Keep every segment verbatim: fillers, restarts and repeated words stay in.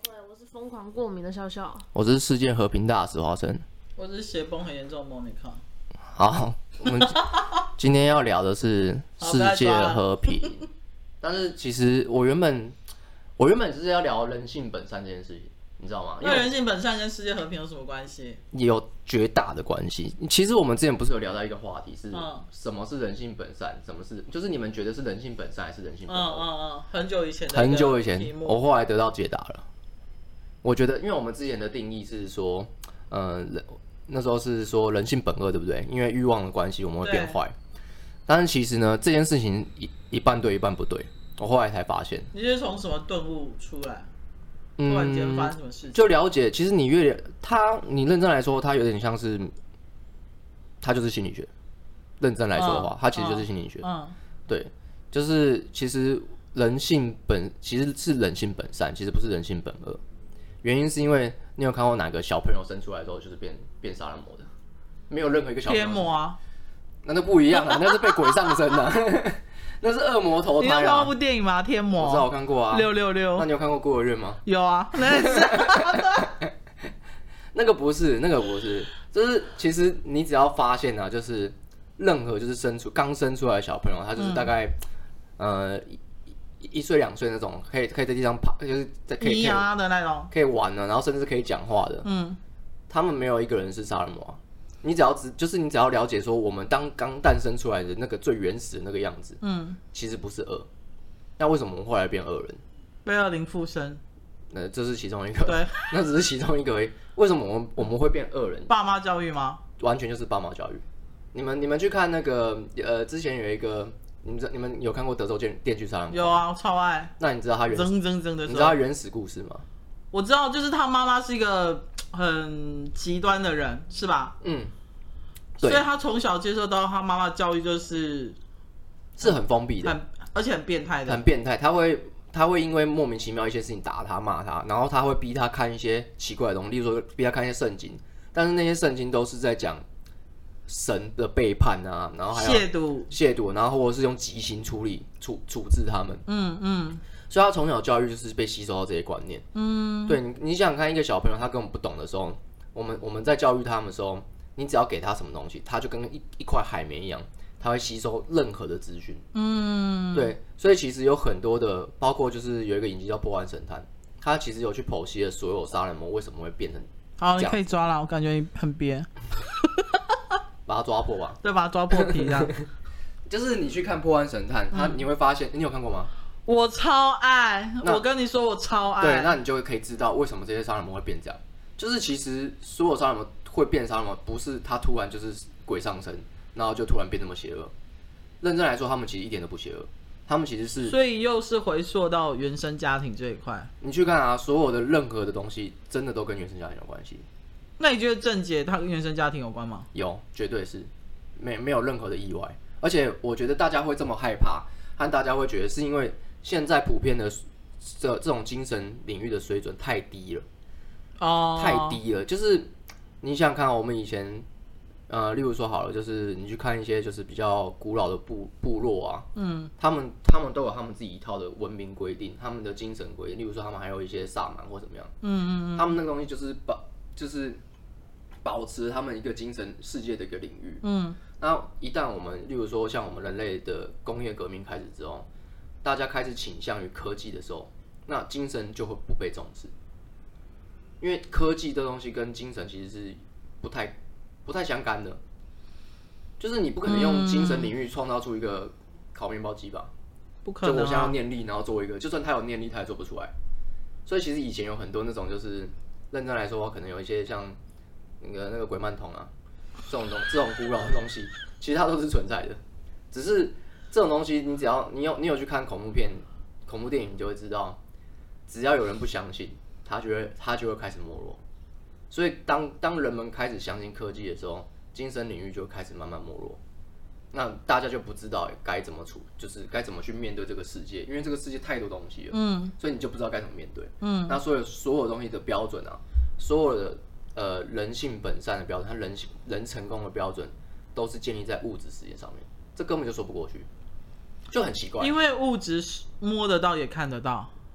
会，我是疯狂过敏的笑笑， 我是世界和平大使华生， 我是血崩很严重的 Monica。 好，我们今天要聊的是世界和平，但是其实我原本我原本是要聊人性本善这件事情，你知道吗？因为那人性本善跟世界和平有什么关系？ 也有绝大的关系。其实我们之前不是有聊到一个话题是， 嗯、 什么是人性本善，什么是就是你们觉得是人性本善还是人性本恶？ 嗯嗯嗯，很久以前的很久以前，我后来得到解答了。我觉得，因为我们之前的定义是说，呃，那时候是说人性本恶，对不对？因为欲望的关系，我们会变坏。但是其实呢，这件事情一一半对，一半不对。我后来才发现， 你是从什么顿悟出来？突然间发生什么事情？ 就了解，其实你越他，你认真来说，他有点像是，他就是心理学。认真来说的话，他、嗯、其实就是心理学。嗯，对，就是其实人性本其实是人性本善，其实不是人性本恶。原因是因为你有看过哪个小朋友生出来之后就是变变杀人魔的？没有任何一个小朋友。 天魔啊？ 那都不一样啊，那是被鬼上身的、啊，那是恶魔投胎、啊。 你有看过部电影吗？天魔。 我知道我看过啊。 六六六。 那你有看过孤儿院吗？ 有啊，那是。 那个不是，那个不是，就是其实你只要发现啊，就是任何就是生出刚生出来的小朋友，他就是大概、嗯、呃。一岁两岁那种，可以可以在地上爬，就是在可以咿呀的那种， 可以玩的，然后甚至是可以讲话的。嗯，他们没有一个人是杀人魔、啊。你只要只就是你只要了解说，我们当刚诞生出来的那个最原始的那个样子，嗯，其实不是恶。那为什么我们后来变恶人？ 被恶灵附身。 那这是其中一个。 对， 那只是其中一个而已。为什么我们我们会变恶人？ 爸妈教育吗？ 完全就是爸妈教育。你们你们去看那个呃，之前有一个。你们你们有看过德州电锯杀人狂？ 有啊，我超爱。 那你知道他原真真真的， 你知道他原始故事吗？ 我知道，就是他妈妈是一个很极端的人，是吧？嗯，所以他从小接受到他妈妈教育就是是很封闭的， 很而且很变态的， 很变态。他会他会因为莫名其妙一些事情打他骂他，然后他会逼他看一些奇怪的东西，例如说逼他看一些圣经，但是那些圣经都是在讲神的背叛啊，然后还有亵渎、 亵渎，然后或者是用极刑处理、处处置他们。嗯嗯，所以他从小教育就是被吸收到这些观念。嗯，对你，你想想看，一个小朋友他根本不懂的时候，我们我们在教育他们的时候，你只要给他什么东西，他就跟一一块海绵一样，他会吸收任何的资讯。嗯，对，所以其实有很多的，包括就是有一个影集叫《破案神探》，他其实有去剖析了所有杀人魔为什么会变成这样。 好，你可以抓了，我感觉你很憋。 把他抓破吧， 对，把他抓破皮这样。 就是你去看《破案神探》，他你会发现，你有看过吗？ 我超爱，我跟你说，我超爱。 对，那你就可以知道为什么这些杀人魔会变这样。就是其实所有杀人魔会变杀人魔，不是他突然就是鬼上身，然后就突然变这么邪恶。认真来说，他们其实一点都不邪恶，他们其实是…… 所以又是回溯到原生家庭这一块。 你去看啊，所有的任何的东西，真的都跟原生家庭有关系。 那你觉得郑捷他跟原生家庭有关吗？ 有，绝对是，没没有任何的意外。而且我觉得大家会这么害怕，和大家会觉得是因为现在普遍的这这种精神领域的水准太低了，哦，太低了。就是你想想看，我们以前，呃，例如说好了，就是你去看一些就是比较古老的部部落啊，嗯，他们他们都有他们自己一套的文明规定，他们的精神规定。例如说，他们还有一些萨满或怎么样，嗯嗯嗯，他们那个东西就是把就是保持他们一个精神世界的一个领域。嗯，那一旦我们，例如说像我们人类的工业革命开始之后，大家开始倾向于科技的时候，那精神就会不被重视，因为科技这东西跟精神其实是不太不太相干的。就是你不可能用精神领域创造出一个烤面包机吧？ 不可能、啊。 就我现在要念力，然后做一个，就算他有念力，他也做不出来。所以其实以前有很多那种就是认真来说的话，可能有一些像那个那个鬼曼童啊，这种东这种古老的东西，其实它都是存在的。只是这种东西，你只要你有你有去看恐怖片、恐怖电影，你就会知道，只要有人不相信，他就会他就会开始没落。所以当当人们开始相信科技的时候，精神领域就开始慢慢没落。那大家就不知道该怎么处，就是该怎么去面对这个世界，因为这个世界太多东西了，嗯，所以你就不知道该怎么面对，嗯。那所有所有东西的标准啊，所有的呃人性本善的标准，他人人成功的标准，都是建立在物质世界上面，这根本就说不过去，就很奇怪。 因为物质摸得到也看得到，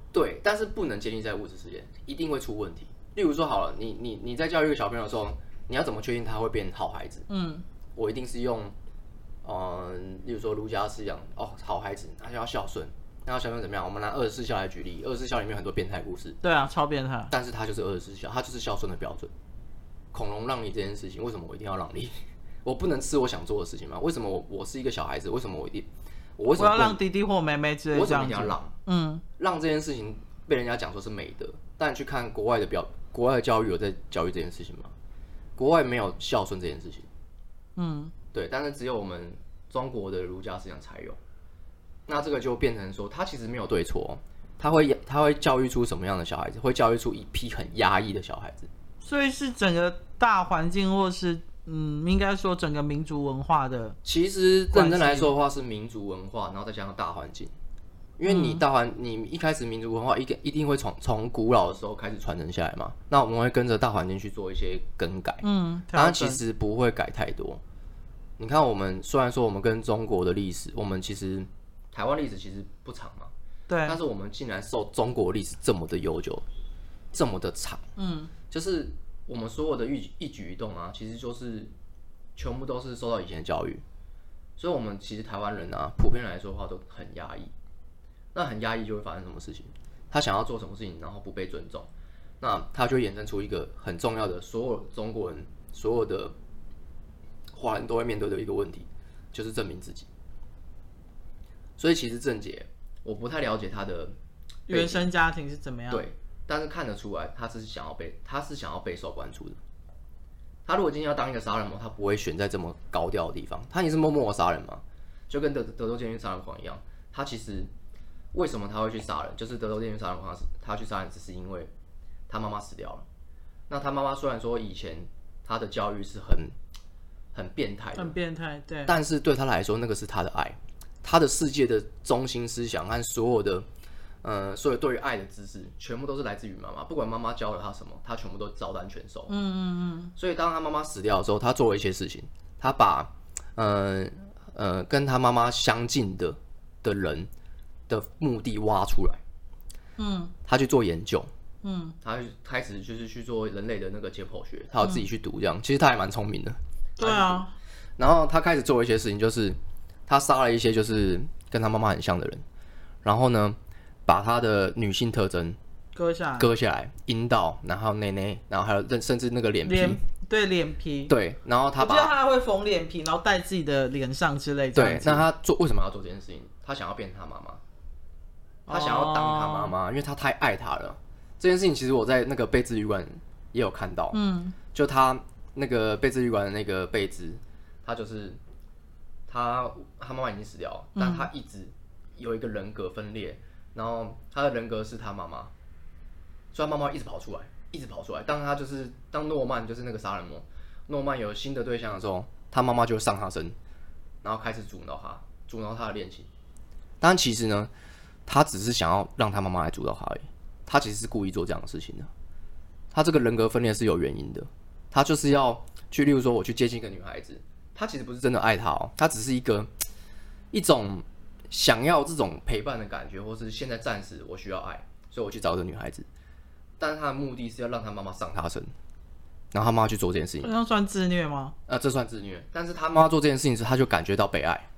对，但是不能建立在物质世界，一定会出问题。例如说好了，你你你在教育一个小朋友的时候，你要怎么确定他会变好孩子？嗯，我一定是用，呃，例如说儒家思想，哦，好孩子他就要孝顺，那要孝顺怎么样？我们拿二十四孝来举例，二十四孝里面有很多变态故事。 对啊，超变态。 但是他就是二十四孝，他就是孝顺的标准。孔融让梨这件事情，为什么我一定要让梨？我不能吃我想做的事情吗？为什么我我是一个小孩子？为什么我一定我为什么我要让弟弟或妹妹之类这样子？ 为什么一定要让？嗯，让这件事情被人家讲说是美德，但你去看国外的表，国外的教育有在教育这件事情吗？国外没有孝顺这件事情。嗯，对，但是只有我们中国的儒家思想才有。那这个就变成说，他其实没有对错，他会他会教育出什么样的小孩子？会教育出一批很压抑的小孩子。所以是整个大环境，或是嗯，应该说整个民族文化的。 其实认真来说的话，是民族文化，然后再加上大环境。因为你大环，你一开始民族文化一一定会从从古老的时候开始传承下来嘛。那我们会跟着大环境去做一些更改，嗯，当然其实不会改太多。你看，我们虽然说我们跟中国的历史，我们其实台湾历史其实不长嘛，对，但是我们竟然受中国历史这么的悠久，这么的长，嗯，就是我们所有的一一举一动啊，其实就是全部都是受到以前的教育，所以我们其实台湾人啊，普遍来说的话都很压抑。那很压抑就会发生什么事情？他想要做什么事情，然后不被尊重，那他就会衍生出一个很重要的，所有中国人、所有的华人都会面对的一个问题，就是证明自己。所以其实郑捷，我不太了解他的原生家庭是怎么样， 对，但是看得出来，他是想要被，他是想要备受关注的。他如果今天要当一个杀人魔，他不会选在这么高调的地方，他也是默默的杀人嘛，就跟德德州监狱杀人狂一样，他其实。为什么他会去杀人？就是德州电锯杀人狂，他去杀人只是因为他妈妈死掉了。那他妈妈虽然说以前他的教育是很很变态的， 很变态，对， 但是对他来说，那个是他的爱，他的世界的中心思想和所有的呃所有对于爱的知识，全部都是来自于妈妈。不管妈妈教了他什么，他全部都照单全收。嗯嗯嗯。所以当他妈妈死掉的时候，他做了一些事情，他把呃呃跟他妈妈相近的的人。的目的挖出来，嗯，他去做研究，嗯，他开始就是去做人类的那个解剖学，他要自己去读这样，嗯、其实他还蛮聪明的， 对啊。 然后他开始做一些事情，就是他杀了一些就是跟他妈妈很像的人，然后呢，把他的女性特征割下来， 割下来，阴道，然后内内，然后还有甚至那个脸皮， 脸对脸皮， 对，然后他把， 我记得他还会缝脸皮，然后戴自己的脸上之类的。 对，那他做为什么要做这件事情？他想要变他妈妈。他想要当他妈妈，哦、因为他太爱他了。这件事情其实我在那个贝兹旅馆也有看到，嗯，就他那个贝兹旅馆的那个贝兹，他就是他他妈妈已经死掉了，嗯、但他一直有一个人格分裂，然后他的人格是他妈妈，所以他妈妈一直跑出来，一直跑出来。当他就是当诺曼就是那个杀人魔，诺曼有新的对象的时候，他妈妈就会上他身，然后开始阻挠他，阻挠他的恋情。但其实呢。他只是想要让他妈妈来主导他而已，他其实是故意做这样的事情的。他这个人格分裂是有原因的，他就是要去，例如说我去接近一个女孩子，他其实不是真的爱她哦，他只是一个一种想要这种陪伴的感觉，或是现在暂时我需要爱，所以我去找这个女孩子。但是他的目的是要让他妈妈上他身，然后他妈妈去做这件事情。 这样算自虐吗？ 呃，这算自虐。但是他妈妈做这件事情时，他就感觉到被爱。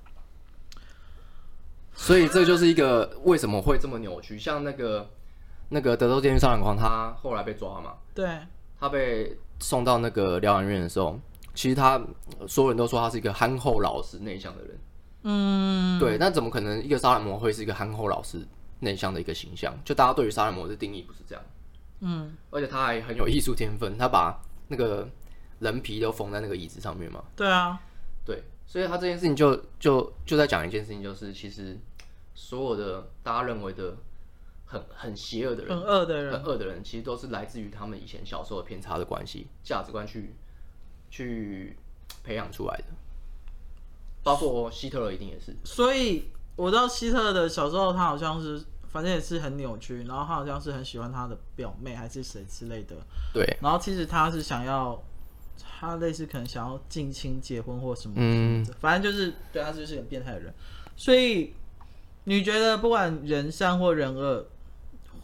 所以这就是一个为什么会这么扭曲，像那个那个德州监狱杀人狂，他后来被抓嘛， 对， 他被送到那个疗养院的时候，其实他所有人都说他是一个憨厚老实内向的人，嗯，对，那怎么可能一个杀人魔会是一个憨厚老实内向的一个形象？就大家对于杀人魔的定义不是这样，嗯，而且他还很有艺术天分，他把那个人皮都缝在那个椅子上面嘛， 对啊， 对。所以他这件事情就就就在讲一件事情，就是其实所有的大家认为的很很邪恶的人、 很恶的人、 很恶的人，其实都是来自于他们以前小时候的偏差的关系、价值观去去培养出来的。包括希特勒一定也是。 所以我知道希特勒的小时候，他好像是反正也是很扭曲，然后他好像是很喜欢他的表妹还是谁之类的。 对。 然后其实他是想要。他类似可能想要近亲结婚或什么，嗯，反正就是对他就是个变态的人。所以你觉得不管人善或人恶，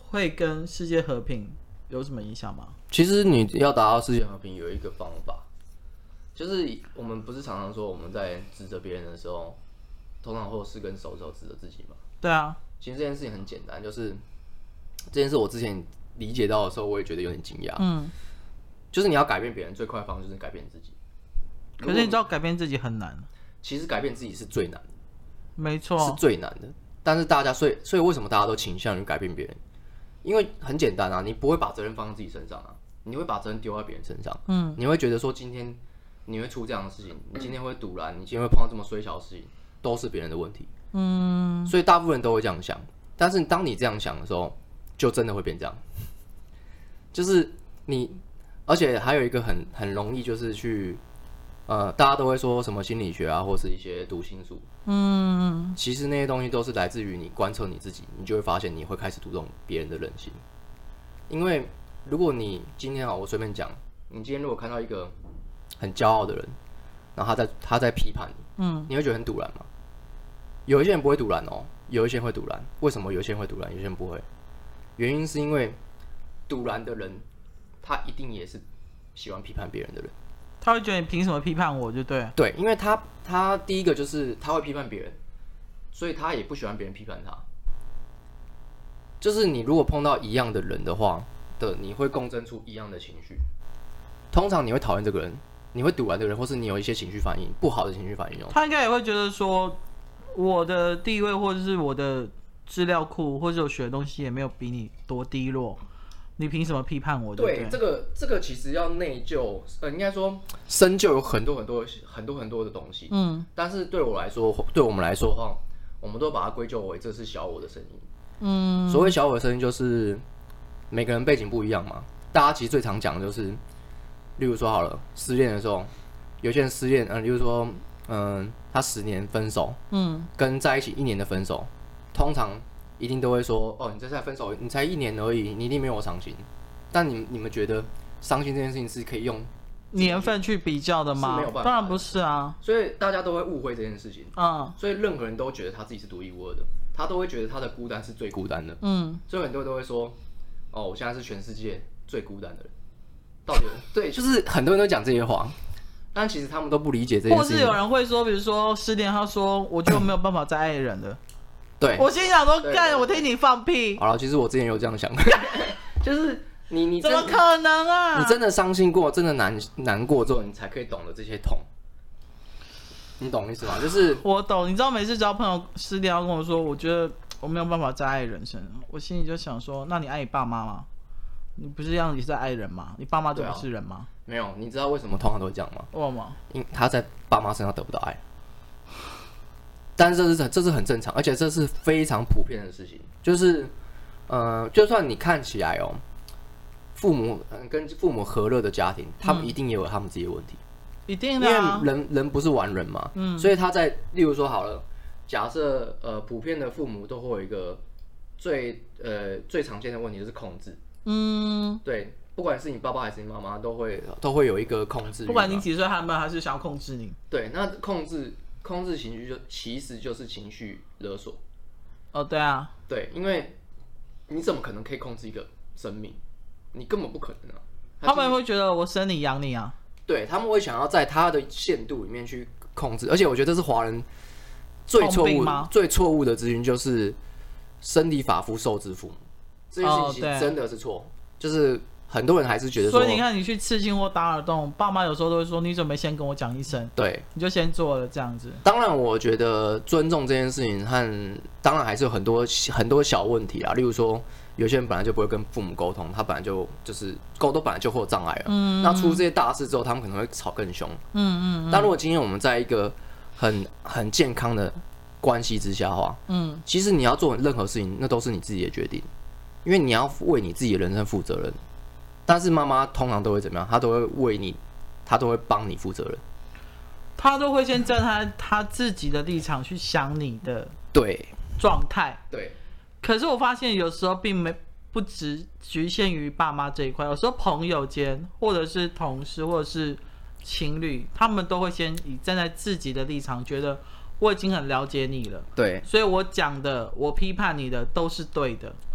会跟世界和平有什么影响吗？ 其实你要达到世界和平有一个方法，就是我们不是常常说我们在指责别人的时候，通常会有四根手指头指责自己吗？ 对啊。 其实这件事情很简单，就是这件事我之前理解到的时候，我也觉得有点惊讶。嗯，就是你要改变别人最快的方式就是改变自己。 可是你知道改变自己很难。 其实改变自己是最难的。 没错， 是最难的。但是大家，所以所以为什么大家都倾向于改变别人？因为很简单啊，你不会把责任放在自己身上啊，你会把责任丢在别人身上。嗯，你会觉得说今天你会出这样的事情，你今天会堵拦，你今天会碰到这么衰小的事情，都是别人的问题。嗯，所以大部分人都会这样想。但是当你这样想的时候，就真的会变这样。就是你，而且还有一个很很容易就是去。呃，大家都会说什么心理学啊，或是一些读心术。嗯，其实那些东西都是来自于你观测你自己，你就会发现你会开始读懂别人的人性。因为如果你今天啊，我随便讲，你今天如果看到一个很骄傲的人，然后他在他在批判你，嗯，你会觉得很堵然吗？有一些人不会堵然哦，有一些人会堵然。为什么有些人会堵然，有些人不会？原因是因为堵然的人，他一定也是喜欢批判别人的人。 他会觉得你凭什么批判我，就对。 对，因为他他第一个就是他会批判别人，所以他也不喜欢别人批判他。就是你如果碰到一样的人的话的，你会共振出一样的情绪。通常你会讨厌这个人，你会堵拦这个人，或是你有一些情绪反应，不好的情绪反应哦。 他应该也会觉得说，我的地位或者是我的资料库，或者我学的东西也没有比你多低落。你凭什么批判我？对， 对，这个这个其实要内疚，呃，应该说深究有很多很多很多很多的东西。嗯，但是对我来说，对我们来说的话，我们都把它归咎为这是小我的声音。嗯，所谓小我的声音，就是每个人背景不一样嘛。大家其实最常讲的就是，例如说好了，失恋的时候，有些人失恋，呃，例如说，嗯、呃，他十年分手，嗯，跟在一起一年的分手，通常。一定都会说哦，你这才分手，你才一年而已，你一定没有我伤心。但你你们觉得伤心这件事情是可以用年份去比较的吗？ 是没有办法的， 当然不是啊。 所以大家都会误会这件事情。嗯，所以任何人都觉得他自己是独一无二的，他都会觉得他的孤单是最孤单的。嗯，所以很多人都会说，哦，我现在是全世界最孤单的人。到底对，就是很多人都讲这些话，但其实他们都不理解这件事情。 或是有人会说，比如说失恋，他说我就没有办法再爱人了。 对， 我心想说，干，我听你放屁。 好了，其实我之前有这样想，就是你你怎么可能啊？ 你真的伤心过，真的难难过之后，你才可以懂得这些痛。你懂意思吗？就是我懂，你知道，每次只要朋友失恋要跟我说，我觉得我没有办法再爱人生，我心里就想说，那你爱你爸妈吗？你不是一样也是在爱人吗？你爸妈就不是人吗？ 啊、没有，你知道为什么通常都会这样吗？ 为什么？ 因他在爸妈身上得不到爱。但是这是这是很正常，而且这是非常普遍的事情。就是，呃，就算你看起来哦，父母跟父母和乐的家庭，他们一定也有他们自己的问题， 一定的、啊， 因为人人不是完人嘛。嗯，所以他在，例如说好了，假设呃，普遍的父母都会有一个最呃最常见的问题就是控制。嗯，对，不管是你爸爸还是你妈妈，都会都会有一个控制欲。 不管你几岁，他们还是想要控制你。 对，那控制。控制情绪就其实就是情绪勒索。 哦，对啊， 对，因为你怎么可能可以控制一个生命？你根本不可能啊！ 他们会觉得我生你养你啊。 对，他们会想要在他的限度里面去控制，而且我觉得这是华人最错误、最错误的资讯，就是身体发肤受之父母，这件事情真的是错，哦、就是很多人还是觉得说， 所以你看，你去刺青或打耳洞，爸妈有时候都会说，你怎么没先跟我讲一声？ 对， 你就先做了这样子。 当然，我觉得尊重这件事情和当然还是有很多很多小问题啊，例如说。有些人本来就不会跟父母沟通，他本来就就是沟通本来就会有障碍了。嗯，那出这些大事之后，他们可能会吵更凶。嗯 嗯, 嗯。但如果今天我们在一个很很健康的关系之下的话，嗯，其实你要做任何事情，那都是你自己的决定，因为你要为你自己的人生负责任。但是妈妈通常都会怎么样？她都会为你，她都会帮你负责任。 她都会先站在她自己的立场去想你的对状态。 对。 可是我发现有时候并没不只局限于爸妈这一块，有时候朋友间或者是同事或者是情侣，他们都会先以站在自己的立场，觉得我已经很了解你了， 对， 所以我讲的我批判你的都是对的，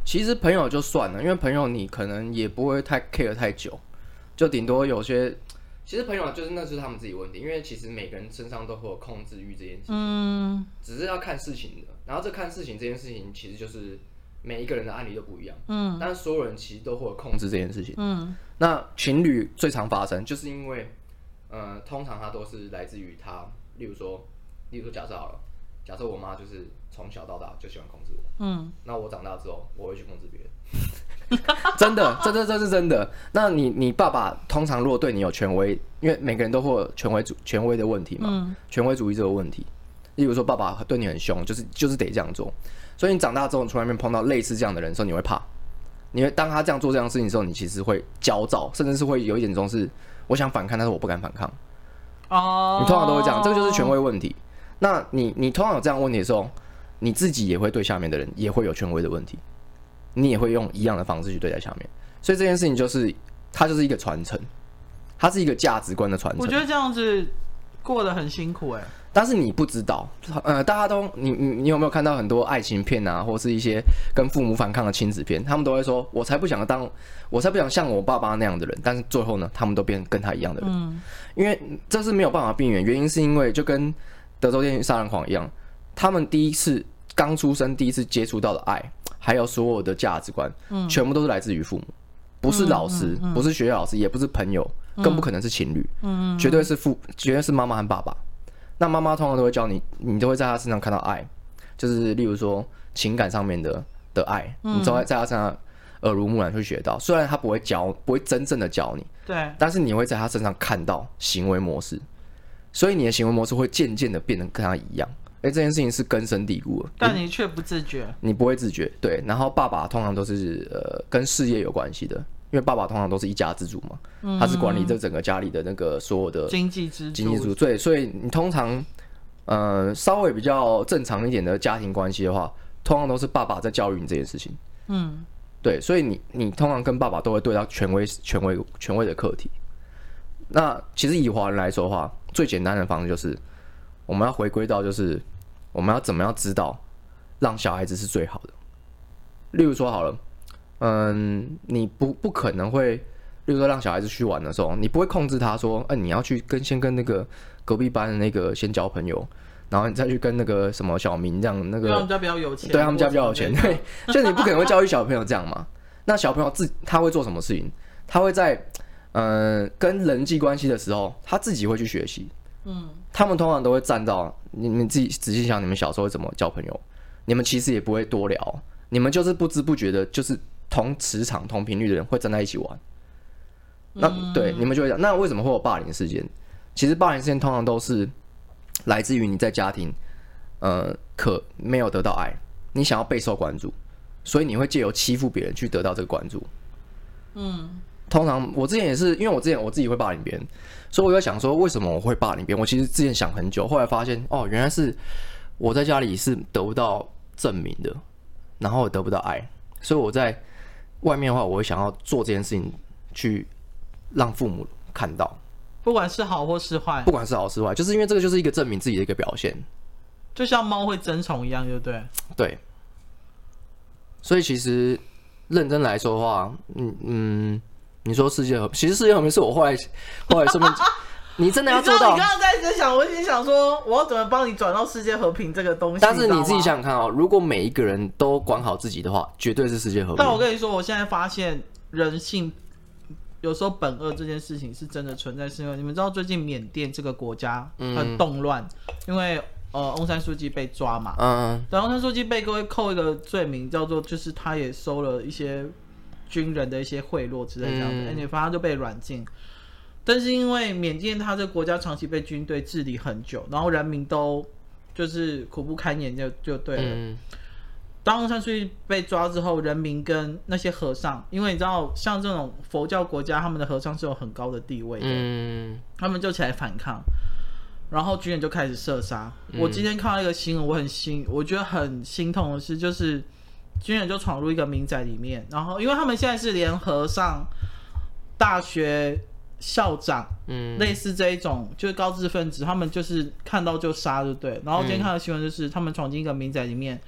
其实朋友就算了，因为朋友你可能也不会太 care 太久，就顶多有些，其实朋友就是那是他们自己问题，因为其实每个人身上都会有控制欲这件事情，嗯，只是要看事情的。然后这看事情这件事情，其实就是每一个人的案例都不一样，嗯，但是所有人其实都会有控制这件事情，嗯。那情侣最常发生，就是因为，呃，通常它都是来自于他，例如说，例如说假设好了，假设我妈就是从小到大就喜欢控制我，嗯，那我长大之后我会去控制别人，真的，这这这是真的。那你你爸爸通常如果对你有权威，因为每个人都会有权威主权威的问题嘛，嗯，权威主义这个问题，例如说爸爸对你很凶，就是就是得这样做，所以你长大之后，你从外面碰到类似这样的人的时候，你会怕。你会当他这样做这样的事情的时候，你其实会焦躁，甚至是会有一点种是我想反抗，但是我不敢反抗。哦，你通常都会这样，这个就是权威问题。那你你通常有这样的问题的时候，你自己也会对下面的人也会有权威的问题，你也会用一样的方式去对待下面。所以这件事情就是它就是一个传承，它是一个价值观的传承。 我觉得这样子过得很辛苦哎、欸。 但是你不知道，呃，大家都你你你有没有看到很多爱情片啊，或是一些跟父母反抗的亲子片？他们都会说，我才不想当，我才不想像我爸爸那样的人。但是最后呢，他们都变跟他一样的人，嗯、因为这是没有办法避免。原因是因为就跟德州电锯杀人狂一样，他们第一次刚出生，第一次接触到的爱，还有所有的价值观，嗯、全部都是来自于父母，不是老师，嗯嗯嗯、不是学校老师，也不是朋友，更不可能是情侣，嗯、绝对是父，绝对是妈妈和爸爸。那妈妈通常都会教你，你都会在她身上看到爱，就是例如说情感上面的的爱，嗯、你都会在她身上耳濡目染去学到。虽然她不会教，不会真正的教你， 对， 但是你会在她身上看到行为模式，所以你的行为模式会渐渐的变得跟她一样。哎，这件事情是根深蒂固的， 但你却不自觉， 你不会自觉。对，然后爸爸通常都是呃跟事业有关系的。因为爸爸通常都是一家之主嘛，嗯、他是管理这整个家里的那个所有的经济支柱， 经济支柱。对，所以你通常，呃，稍微比较正常一点的家庭关系的话，通常都是爸爸在教育你这件事情。嗯，对，所以你你通常跟爸爸都会对到权威、权威、权威的课题。那其实以华人来说的话，最简单的方式就是我们要回归到就是我们要怎么样知道让小孩子是最好的。例如说好了。嗯，你不不可能会，例如说让小孩子去玩的时候，你不会控制他说，哎、呃，你要去跟先跟那个隔壁班的那个先交朋友，然后你再去跟那个什么小明这样那个， 对他们家比较有钱， 对他们家比较有钱，对，就你不可能会教育小朋友这样嘛。那小朋友自他会做什么事情？他会在嗯、呃、跟人际关系的时候，他自己会去学习。嗯，他们通常都会站到你们自己仔细想，你们小时候会怎么交朋友？你们其实也不会多聊，你们就是不知不觉的，就是。同磁场、同频率的人会站在一起玩，那、嗯、对你们就会讲，那为什么会有霸凌事件？其实霸凌事件通常都是来自于你在家庭，呃，可没有得到爱，你想要备受关注，所以你会借由欺负别人去得到这个关注。嗯，通常我之前也是，因为我之前我自己会霸凌别人，所以我在想说，为什么我会霸凌别人？我其实之前想很久，后来发现，哦，原来是我在家里是得不到证明的，然后我得不到爱，所以我在。外面的话，我会想要做这件事情，去让父母看到， 不管是好或是坏， 不管是好是坏，就是因为这个就是一个证明自己的一个表现， 就像猫会争宠一样，对不对？ 对。所以其实认真来说的话，嗯嗯，你说世界和平，其实世界和平是我后来后来顺便，你真的要做到。 你刚刚在在想，我已经想说，我要怎么帮你转到世界和平这个东西？ 但是你自己想想看哦，如果每一个人都管好自己的话，绝对是世界和平。 但我跟你说，我现在发现人性有时候本恶这件事情是真的存在，是因为你们知道最近缅甸这个国家很动乱，嗯、因为呃翁山书记被抓嘛，嗯，然后翁山书记被各位扣一个罪名，叫做就是他也收了一些军人的一些贿赂之类这样子，而且反正就被软禁。但是因为缅甸它这个国家长期被军队治理很久，然后人民都就是苦不堪言就就对了。嗯、当翁山书记被抓之后，人民跟那些和尚，因为你知道像这种佛教国家，他们的和尚是有很高的地位的，嗯、他们就起来反抗，然后军人就开始射杀。嗯、我今天看到一个新闻，我很心，我觉得很心痛的是，就是军人就闯入一个民宅里面，然后因为他们现在是连和尚、大学校长，嗯，类似这一种就是高知分子，他们就是看到就杀，就对。然后今天看到新闻就是、嗯、他们闯进一个民宅里面，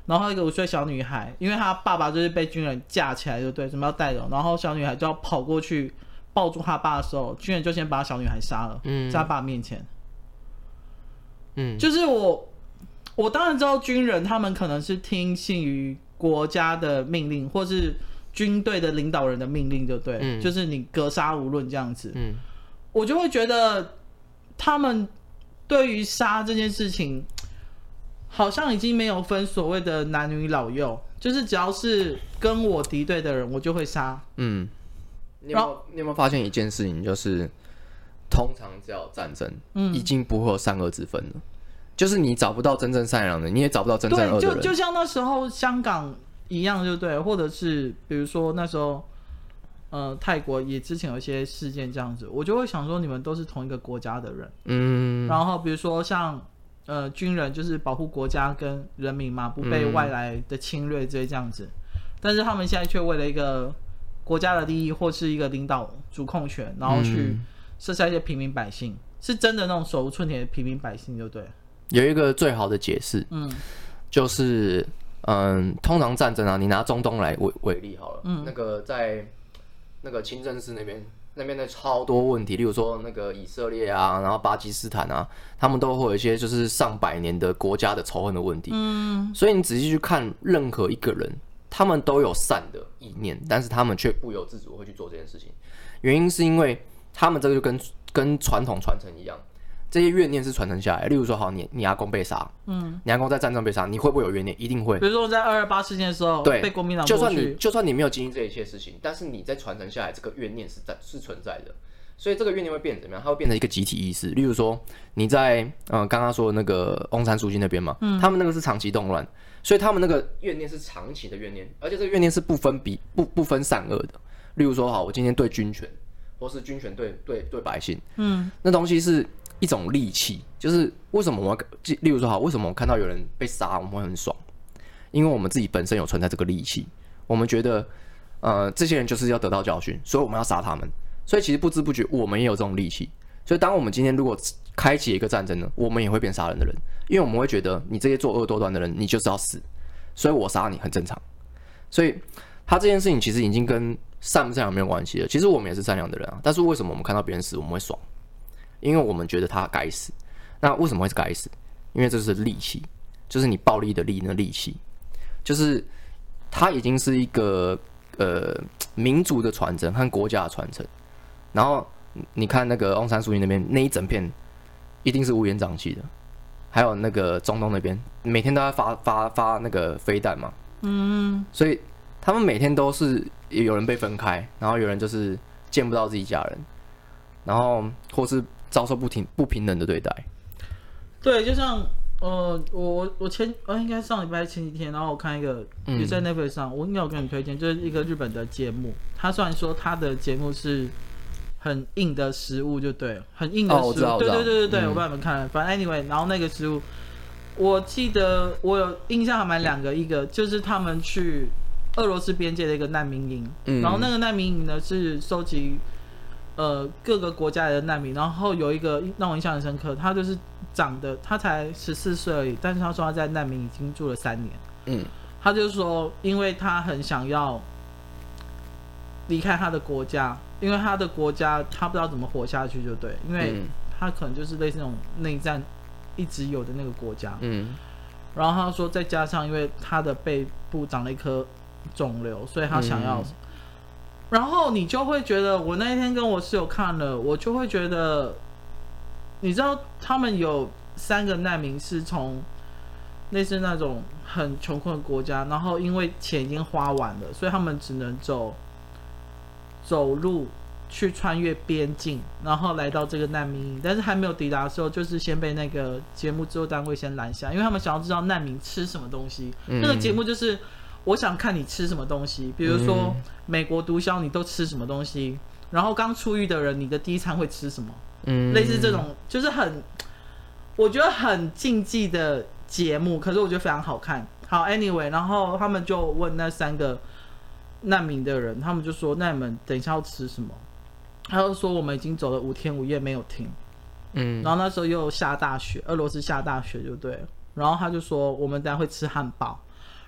然后一个五岁小女孩，因为她爸爸就是被军人架起来，就对，准备要带走，然后小女孩就要跑过去抱住她爸的时候，军人就先把小女孩杀了，嗯，在她爸面前。嗯，就是我，我当然知道军人他们可能是听信于国家的命令，或是军队的领导人的命令，就对，嗯、就是你格杀无论这样子。嗯，我就会觉得他们对于杀这件事情。好像已经没有分所谓的男女老幼，就是只要是跟我敌对的人，我就会杀。 嗯，你有没有你有没有发现一件事情，就是通常只要有战争，嗯，已经不会有善恶之分了。就是你找不到真正善良的，你也找不到真正恶的人。 对，就就像那时候香港一样，就对，或者是比如说那时候，呃，泰国也之前有一些事件这样子，我就会想说，你们都是同一个国家的人，嗯，然后比如说像。呃，军人就是保护国家跟人民嘛，不被外来的侵略这些这样子。嗯、但是他们现在却为了一个国家的利益或是一个领导主控权，然后去射杀一些平民百姓，嗯、是真的那种手无寸铁的平民百姓，就对了。 有一个最好的解释，嗯，就是嗯，通常战争啊，你拿中东来为为例好了，嗯，那个在那个清真寺那边。那边的超多问题，例如说那个以色列啊，然后巴基斯坦啊，他们都会有一些就是上百年的国家的仇恨的问题。嗯，所以你仔细去看任何一个人，他们都有善的意念，但是他们却不由自主会去做这件事情。原因是因为他们这个就跟跟传统传承一样，这些怨念是传承下来。例如说，好，你你阿公被杀，嗯，你阿公在战争被杀，你会不会有怨念？一定会。 比如说在二二八事件的时候，对，被国民党就算你就算你没有经历这一切事情，但是你在传承下来，这个怨念是在是存在的。所以这个怨念会变成怎么样？它会变成一个集体意识。例如说，你在嗯刚刚说的那个翁山书记那边嘛，嗯，他们那个是长期动乱，所以他们那个怨念是长期的怨念，而且这个怨念是不分比不不分善恶的。例如说，好，我今天对军权，或是军权对对对百姓，嗯，那东西是。一种戾气，就是为什么我们，例如说好，为什么我看到有人被杀，我们会很爽？因为我们自己本身有存在这个戾气，我们觉得，呃，这些人就是要得到教训，所以我们要杀他们。所以其实不知不觉，我们也有这种戾气。所以当我们今天如果开启一个战争呢，我们也会变杀人的人，因为我们会觉得你这些作恶多端的人，你就是要死，所以我杀你很正常。所以他这件事情其实已经跟善不善良没有关系了。其实我们也是善良的人啊，但是为什么我们看到别人死，我们会爽？因为我们觉得他该死，那为什么会是该死？因为这是戾气，就是你暴力的力那戾气，就是它已经是一个呃民族的传承和国家的传承。然后你看那个翁山书记那边那一整片，一定是乌烟瘴气的。还有那个中东那边，每天都在发发发那个飞弹嘛，嗯，所以他们每天都是有人被分开，然后有人就是见不到自己家人，然后或是。遭受不平不平等的对待， 对，就像呃，我我前呃应该上礼拜前几天，然后我看一个也在 Netflix 上，我应该有跟你推荐，就是一个日本的节目。他虽然说他的节目是很硬的食物，就对，很硬的食物， 哦、我知道对对对对对， 嗯、 我不知道你们看了，反正 anyway， 然后那个食物，我记得我有印象还蛮两个，一个就是他们去俄罗斯边界的一个难民营，嗯、然后那个难民营呢是收集。呃，各个国家的难民，然后有一个让我印象很深刻，他就是长得他才十四岁而已，但是他说他在难民已经住了三年。嗯，他就说，因为他很想要离开他的国家，因为他的国家他不知道怎么活下去，就对，因为他可能就是类似那种内战一直有的那个国家。嗯，然后他说，再加上因为他的背部长了一颗肿瘤，所以他想要。嗯然后你就会觉得，我那一天跟我室友看了，我就会觉得，你知道他们有三个难民是从类似那种很穷困的国家，然后因为钱已经花完了，所以他们只能走走路去穿越边境，然后来到这个难民营。但是还没有抵达的时候，就是先被那个节目制作单位先拦下，因为他们想要知道难民吃什么东西。嗯、那个节目就是。我想看你吃什么东西，比如说美国毒枭，你都吃什么东西？然后刚出狱的人，你的第一餐会吃什么？嗯，类似这种，就是很，我觉得很禁忌的节目，可是我觉得非常好看。好 ，anyway， 然后他们就问那三个难民的人，他们就说：“那你们等一下要吃什么？”他就说：“我们已经走了五天五夜没有停。”嗯，然后那时候又下大雪，俄罗斯下大雪就对了。然后他就说：“我们等一下会吃汉堡。”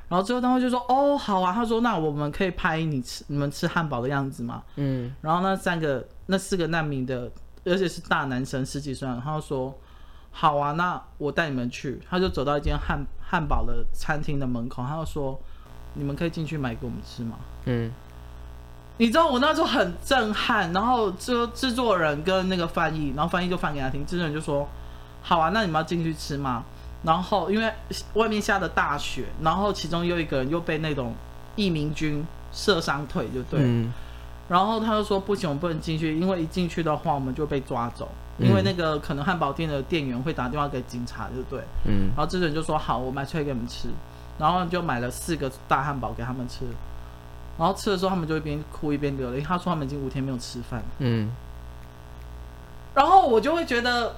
然后最后他们就说哦好啊，他说那我们可以拍你吃你们吃汉堡的样子吗？嗯，然后那三个那四个难民的，而且是大男生十几岁，他就说好啊，那我带你们去。他就走到一间汉汉堡的餐厅的门口，他就说你们可以进去买给我们吃吗？嗯。你知道我那时候很震撼，然后就制作人跟那个翻译，然后翻译就翻给他听，制作人就说：“好啊，那你们要进去吃吗？”然后因为外面下的大雪，然后其中有一个人又被那种义民军射伤腿，就对。嗯、然后他就说：“不行，我们不能进去，因为一进去的话，我们就被抓走，因为那个可能汉堡店的店员会打电话给警察，就对。”嗯。然后制作人就说：“好，我买出来给你们吃。”然后就买了四个大汉堡给他们吃。然后吃的时候，他们就一边哭一边流泪。他说他们已经五天没有吃饭。嗯。然后我就会觉得，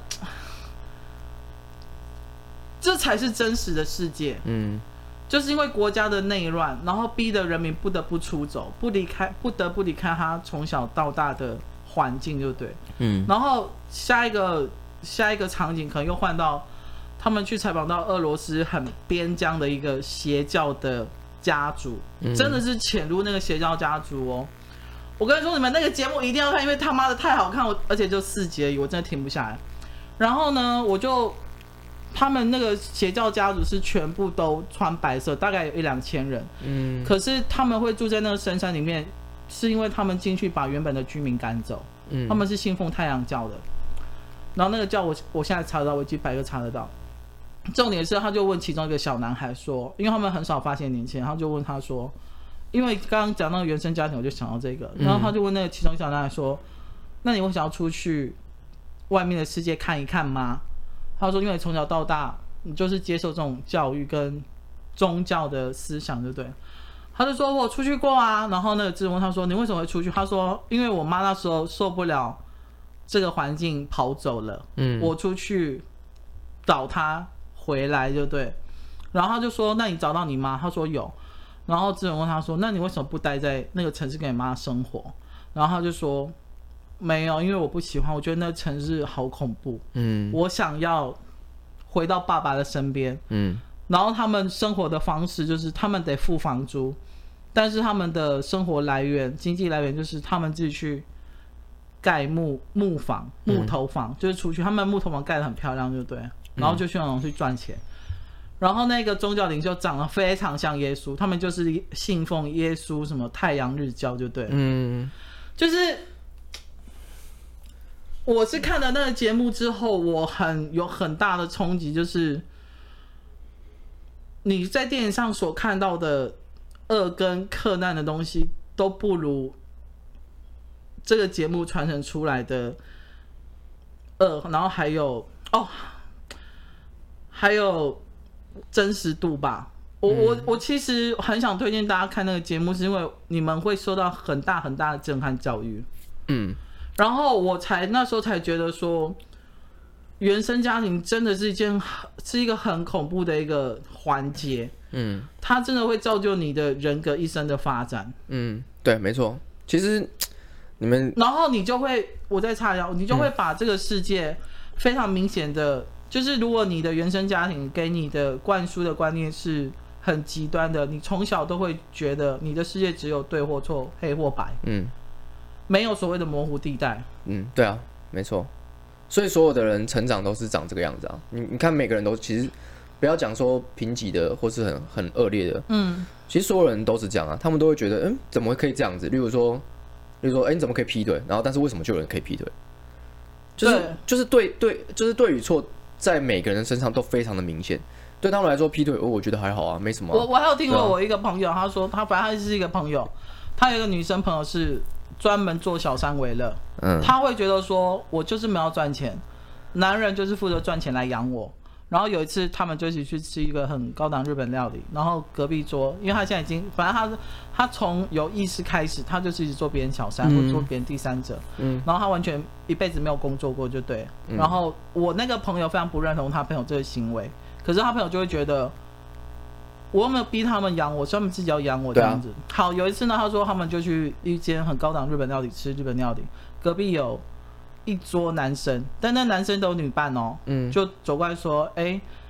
这才是真实的世界。嗯。就是因为国家的内乱，然后逼得人民不得不出走，不离开，不得不离开他从小到大的环境，就对。嗯。然后下一个下一个场景可能又换到他们去采访到俄罗斯很边疆的一个邪教的家族，真的是潜入那个邪教家族哦！我跟你说，你们那个节目一定要看，因为他妈的太好看，我而且就四集而已，我真的停不下来。然后呢，我就他们那个邪教家族是全部都穿白色，大概有一两千人。嗯，可是他们会住在那个深山里面，是因为他们进去把原本的居民赶走。嗯，他们是信奉太阳教的。然后那个教我我现在查得到，维基百科查得到。重点是，他就问其中一个小男孩说，因为他们很少发现年轻人，他就问他说，因为刚刚讲那个原生家庭，我就想到这个，然后他就问那个其中小男孩说，那你会想要出去外面的世界看一看吗？他说，因为从小到大你就是接受这种教育跟宗教的思想，对不对？他就说我出去过啊，然后那个质问他说，你为什么会出去？他说，因为我妈那时候受不了这个环境跑走了，嗯，我出去找她回来就对，然后他就说：“那你找到你妈？”他说有，然后智人问他说：“那你为什么不待在那个城市跟你妈生活？”然后他就说：“没有，因为我不喜欢，我觉得那个城市好恐怖。嗯，我想要回到爸爸的身边。嗯，然后他们生活的方式就是他们得付房租，但是他们的生活来源、经济来源就是他们自己去盖木木房、木头房，嗯、就是出去，他们木头房盖得很漂亮，就对。”然后就去那种去赚钱，然后那个宗教领袖长得非常像耶稣，他们就是信奉耶稣什么太阳日教，就对了。嗯，就是我是看了那个节目之后，我很有很大的冲击，就是你在电影上所看到的恶跟克难的东西，都不如这个节目传承出来的恶，然后还有哦。还有真实度吧，我我我其实很想推荐大家看那个节目，是因为你们会受到很大很大的震撼教育。嗯，然后我才那时候才觉得说，原生家庭真的是一件是一个很恐怖的一个环节。嗯，它真的会造就你的人格一生的发展。 嗯，对，没错。其实你们， 然后你就会，我再插一下，你就会把这个世界非常明显的。就是如果你的原生家庭给你的灌输的观念是很极端的，你从小都会觉得你的世界只有对或错、黑或白，嗯，没有所谓的模糊地带。 嗯，对啊，没错。所以所有的人成长都是长这个样子啊。你你看每个人都其实不要讲说贫瘠的或是很很恶劣的，嗯，其实所有人都是这样啊，他们都会觉得，嗯，怎么可以这样子？例如说，例如说，哎、欸，你怎么可以劈腿？然后但是为什么就有人可以劈腿？就是就是对对就是对与错。在每个人身上都非常的明显，对他们来说劈腿，哦，我觉得还好啊，没什么、啊。 我我还有听过我一个朋友，他说他反正他是一个朋友，他有一个女生朋友是专门做小三为乐，嗯，他会觉得说我就是没有赚钱，男人就是负责赚钱来养我。然后有一次他们就一起去吃一个很高档日本料理，然后隔壁桌，因为他现在已经，反正他他从有意识开始，他就是一直做别人小三、嗯、或做别人第三者，嗯，然后他完全一辈子没有工作过，就对。嗯、然后我那个朋友非常不认同他朋友这个行为，可是他朋友就会觉得，我有没有逼他们养我，是他们自己要养我这样子。啊、好，有一次呢，他说他们就去一间很高档日本料理吃日本料理，隔壁有一桌男生，但那男生都有女伴哦，嗯，就走过来说，哎、欸，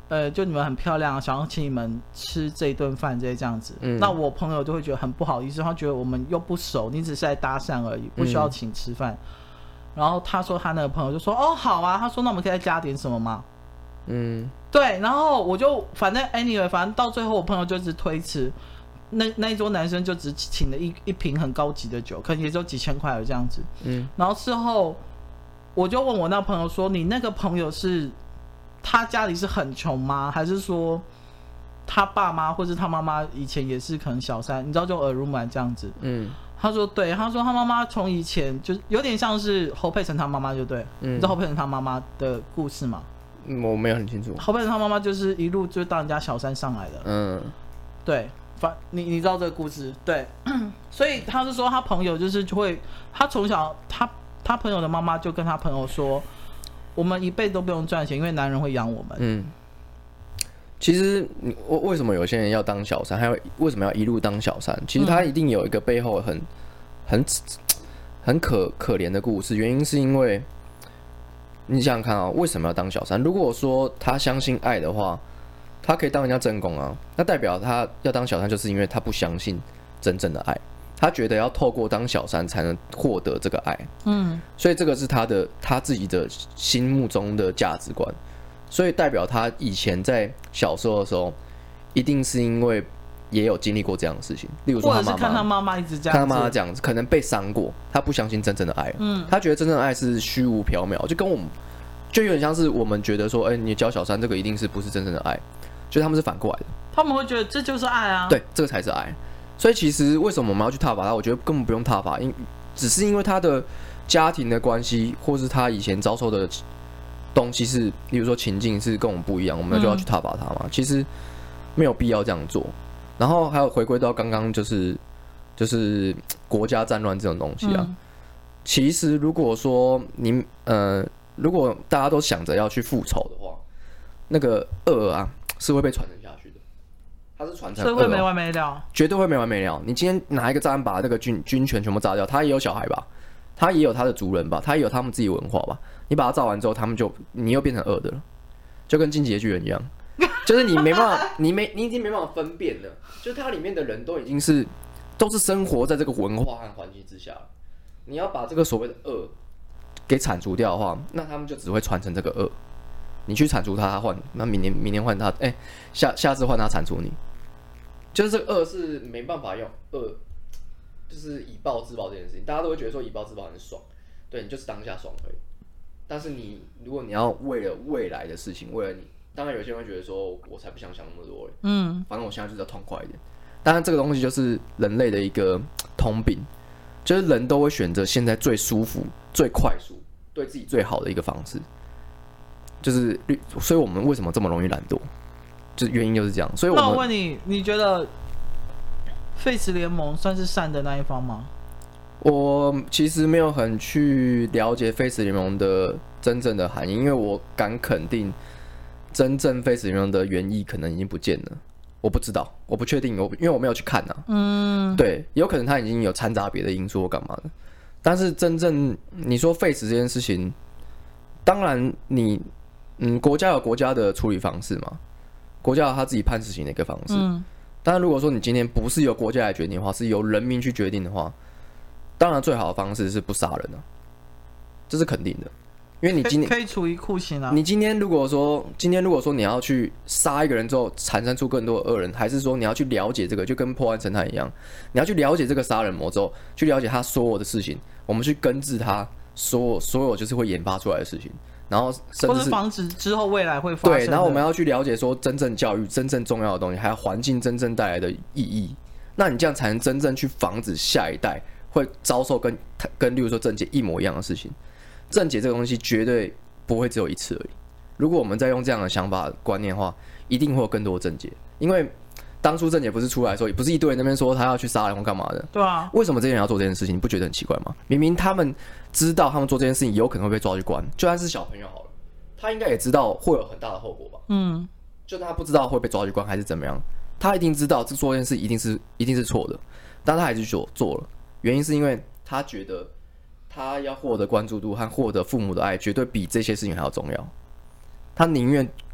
呃，就你们很漂亮，想要请你们吃这一顿饭，这些这样子。 嗯， 那我朋友就会觉得很不好意思，他觉得我们又不熟，你只是在搭讪而已，不需要请吃饭。嗯、然后他说他那个朋友就说：“哦，好啊。”他说：“那我们可以再加点什么吗？” 嗯， 对。然后我就反正 anyway， 反正到最后我朋友就一直推迟，那那一桌男生就只请了一一瓶很高级的酒，可能也就几千块的这样子。嗯。然后事后我就问我那朋友说：“你那个朋友是？”他家里是很穷吗？还是说他爸妈或者他妈妈以前也是可能小三？你知道就耳濡目染这样子。嗯，他说对，他说他妈妈从以前就有点像是侯佩岑他妈妈，就对。嗯，你知道侯佩岑他妈妈的故事吗？ 嗯，我没有很清楚。 侯佩岑他妈妈就是一路就当人家小三上来的。嗯，对，反你你知道这个故事？对，所以他是说他朋友就是会，他从小他他朋友的妈妈就跟他朋友说。我们一辈子都不用赚钱，因为男人会养我们。 嗯，其实你为什么有些人要当小三，还有为什么要一路当小三？其实他一定有一个背后很很很可可怜的故事。原因是因为你想想看啊、喔，为什么要当小三？如果说他相信爱的话，他可以当人家正宫啊，那代表他要当小三，就是因为他不相信真正的爱。他觉得要透过当小三才能获得这个爱，嗯，所以这个是他的他自己的心目中的价值观，所以代表他以前在小时候的时候，一定是因为也有经历过这样的事情，例如说他妈妈， 或者是看他妈妈一直这样子， 看他妈妈这样子，可能被伤过，他不相信真正的爱，嗯，他觉得真正的爱是虚无缥缈，就跟我们就有点像是我们觉得说，哎、欸，你教小三这个一定是不是真正的爱，就他们是反过来的， 他们会觉得这就是爱啊， 对，这个才是爱。所以其实为什么我们要去挞伐他？我觉得根本不用挞伐，因只是因为他的家庭的关系，或是他以前遭受的东西是，例如说情境是跟我们不一样，我们就要去挞伐他嘛。嗯、其实没有必要这样做。然后还有回归到刚刚就是就是国家战乱这种东西啊。嗯、其实如果说你呃，如果大家都想着要去复仇的话，那个恶啊是会被传承下去的。它是传承， 所以会没完没了， 绝对会没完没了。你今天拿一个炸弹把那个军军权全部炸掉，他也有小孩吧，他也有他的族人吧，他也有他们自己文化吧。你把它炸完之后，他们就你又变成恶的了，就跟进击的巨人一样，就是你没办法，你没你已经没办法分辨了，就是它里面的人都已经是都是生活在这个文化和环境之下了。你要把这个所谓的恶给铲除掉的话，那他们就只会传承这个恶。你去铲除他，他换，那明年明年换他，哎、欸，下下次换他铲除你，就是这个恶是没办法用恶，就是以暴制暴这件事情，大家都会觉得说以暴制暴很爽，对你就是当下爽而已。但是你如果你要为了未来的事情，为了你，当然有些人会觉得说，我才不想想那么多嘞，嗯，反正我现在就是要痛快一点。当然这个东西就是人类的一个通病，就是人都会选择现在最舒服、最快速、对自己最好的一个方式。就是，所以我们为什么这么容易懒惰？就是原因就是这样。所以我那我问你，你觉得 Face 联盟算是善的那一方吗？ 我其实没有很去了解 Face 联盟的真正的含义，因为我敢肯定，真正 Face 联盟的原意可能已经不见了。我不知道，我不确定，我因为我没有去看啊。嗯，对，有可能他已经有掺杂别的因素或干嘛的。但是真正你说 Face 这件事情，当然你。嗯，国家有国家的处理方式嘛，国家有他自己判死刑的一个方式。嗯，当然，如果说你今天不是由国家来决定的话，是由人民去决定的话，当然最好的方式是不杀人啊，这是肯定的。因为你今天可以处以酷刑啊。 你今天如果说今天如果说你要去杀一个人之后产生出更多的恶人，还是说你要去了解这个，就跟破案侦探一样，你要去了解这个杀人魔之后，去了解他所有的事情，我们去根治他所有所有就是会研发出来的事情。然后甚至是或是防止之后未来会发生的。 对，然后我们要去了解说真正教育真正重要的东西，还有环境真正带来的意义。那你这样才能真正去防止下一代会遭受跟跟例如说郑捷一模一样的事情。郑捷这个东西绝对不会只有一次而已。如果我们再用这样的想法观念的话，一定会有更多的郑捷。因为当初郑捷不是出来的时候，也不是一堆人那边说他要去杀人或干嘛的。 对啊。 为什么这些人要做这件事情？你不觉得很奇怪吗？明明他们知道他们做这件事情有可能会被抓去关，就算是小朋友好了，他应该也知道会有很大的后果吧？嗯。就算他不知道会被抓去关还是怎么样，他一定知道这做这件事一定是一定是错的，但他还是做做了。原因是因为他觉得他要获得关注度和获得父母的爱，绝对比这些事情还要重要。他宁愿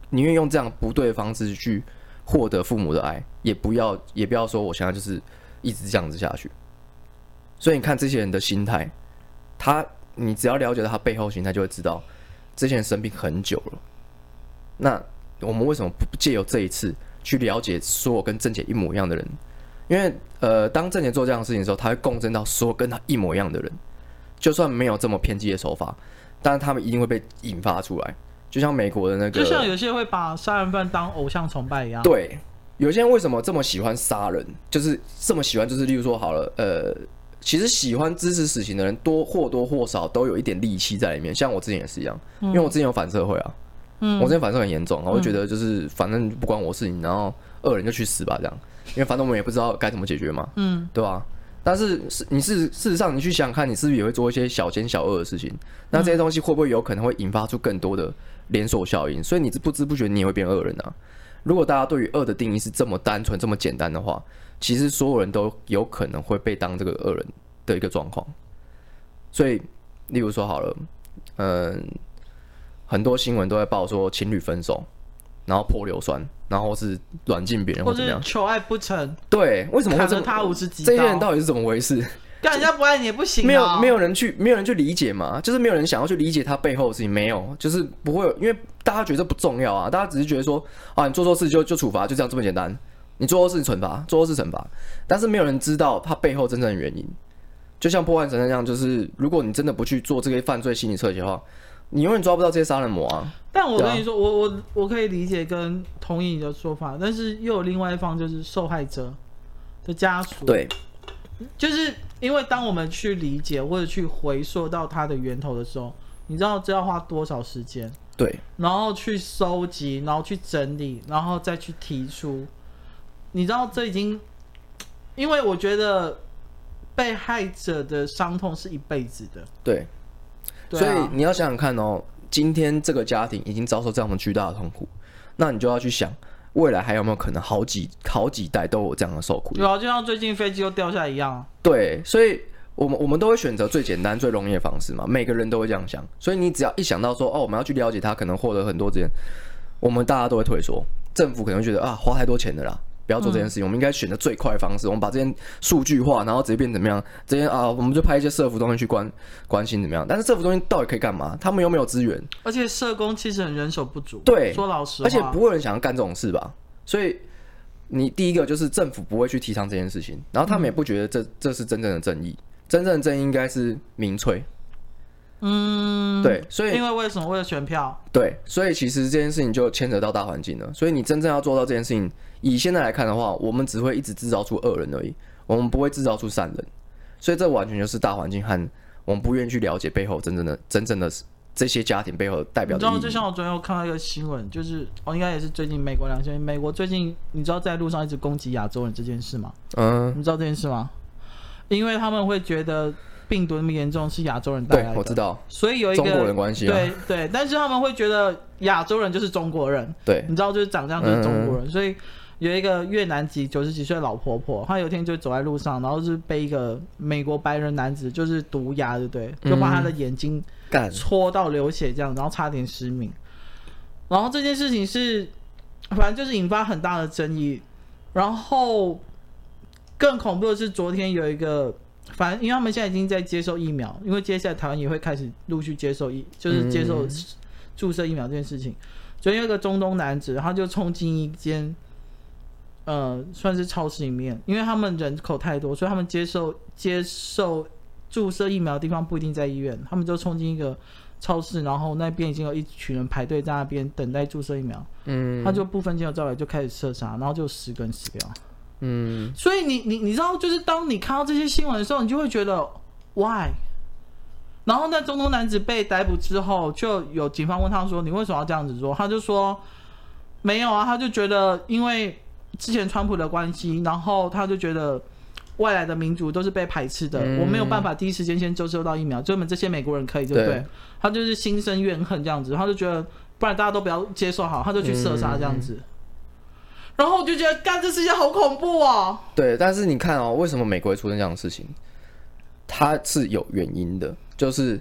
宁愿用这样不对的方式去获得父母的爱，也不要也不要说我现在就是一直这样子下去。所以你看这些人的心态，他你只要了解到他背后心态，就会知道这些人生病很久了。那我们为什么不借由这一次去了解所有跟郑姐一模一样的人？因为呃，当郑姐做这样的事情的时候，他会共振到所有跟他一模一样的人，就算没有这么偏激的手法，但是他们一定会被引发出来。就像美国的那个， 就像有些会把杀人犯当偶像崇拜一样。 对，有些人为什么这么喜欢杀人，就是这么喜欢，就是例如说好了，呃，其实喜欢支持死刑的人多或多或少都有一点戾气在里面。像我之前也是一样，嗯、因为我之前有反社会啊，嗯，我之前反社很严重，我就觉得就是反正不关我事情，然后恶人就去死吧这样。因为反正我们也不知道该怎么解决嘛，嗯，对吧？但是你事事实上，你去想想看，你是不是也会做一些小奸小恶的事情？那这些东西会不会有可能会引发出更多的连锁效应？所以你不知不觉你也会变恶人啊。如果大家对于恶的定义是这么单纯、这么简单的话，其实所有人都有可能会被当这个恶人的一个状况。所以，例如说好了，嗯，很多新闻都在报说情侣分手，然后泼硫酸。然后是软禁别人或怎么样， 求爱不成， 对，为什么会这么？ 他五十几刀， 这些人到底是怎么回事？ 干人家不爱你也不行、啊， 没有没有人去，没有人去理解嘛，就是没有人想要去理解他背后的事情，没有，就是不会有，因为大家觉得这不重要啊，大家只是觉得说啊，你做错事就就处罚，就这样这么简单，你做错事惩罚，做错事惩罚，但是没有人知道他背后真正的原因。就像破案神探那样，就是如果你真的不去做这个犯罪心理测写的话，你永远抓不到这些杀人魔啊。 但我跟你说，啊、我我我可以理解跟同意你的说法，但是又有另外一方，就是受害者的家属。 对， 就是因为当我们去理解或者去回溯到它的源头的时候，你知道这要花多少时间？ 对， 然后去收集，然后去整理，然后再去提出。你知道这已经，因为我觉得被害者的伤痛是一辈子的。 对。所以你要想想看哦，今天这个家庭已经遭受这样的巨大的痛苦，那你就要去想，未来还有没有可能好几好几代都有这样的受苦？ 有啊，就像最近飞机又掉下来一样。 对，所以我们我们都会选择最简单、最容易的方式嘛，每个人都会这样想。所以你只要一想到说，哦，我们要去了解他，可能获得很多资源，我们大家都会退缩，政府可能会觉得啊，花太多钱了啦。不要做这件事情，嗯、我们应该选择最快的方式。我们把这件数据化，然后直接变怎么样？直接啊，我们就派一些社服中心去关关心怎么样？但是社服中心到底可以干嘛？他们又没有资源， 而且社工其实很人手不足。 对， 说老实话， 而且不会有人想要干这种事吧？所以你第一个就是政府不会去提倡这件事情，然后他们也不觉得这这是真正的正义。真正的正义应该是民粹。 嗯， 对，所以因为为什么？为了选票。 对，所以其实这件事情就牵扯到大环境了。所以你真正要做到这件事情，以现在来看的话，我们只会一直制造出恶人而已，我们不会制造出善人。所以这完全就是大环境和我们不愿意去了解背后真正的、真正的这些家庭背后代表的意义。 你知道，就像我昨天有看到一个新闻，就是哦，应该也是最近美国两千，美国最近你知道在路上一直攻击亚洲人这件事吗？嗯，你知道这件事吗？因为他们会觉得病毒那么严重是亚洲人带来的， 对，我知道， 所以有一个中国人关系、啊， 对对，但是他们会觉得亚洲人就是中国人， 对， 你知道就是长这样就是中国人，嗯、所以有一个越南籍九十几岁的老婆婆，她有一天就走在路上，然后是被一个美国白人男子就是毒鸦，对不对？就把他的眼睛戳到流血这样，然后差点失明。然后这件事情是，反正就是引发很大的争议。然后更恐怖的是，昨天有一个。反正因为他们现在已经在接受疫苗，因为接下来台湾也会开始陆续接受疫，就是接受注射疫苗这件事情。昨天有一个中东男子，他就冲进一间呃算是超市里面，因为他们人口太多，所以他们接受接受注射疫苗的地方不一定在医院，他们就冲进一个超市，然后那边已经有一群人排队在那边等待注射疫苗，嗯，他就不分青红皂白就开始射杀，然后就十个人死掉。嗯，所以你你你知道，就是当你看到这些新闻的时候，你就会觉得 why？ 然后那中东男子被逮捕之后，就有警方问他说：“你为什么要这样子做？”他就说：“没有啊，他就觉得因为之前川普的关系，然后他就觉得外来的民族都是被排斥的，嗯、我没有办法第一时间先接收到疫苗，就我们这些美国人可以，对不对？对他就是心生怨恨这样子，他就觉得不然大家都不要接受好，他就去射杀这样子。嗯”然后我就觉得，干这世界好恐怖哦。 对，但是你看哦，为什么美国会出现这样的事情？它是有原因的，就是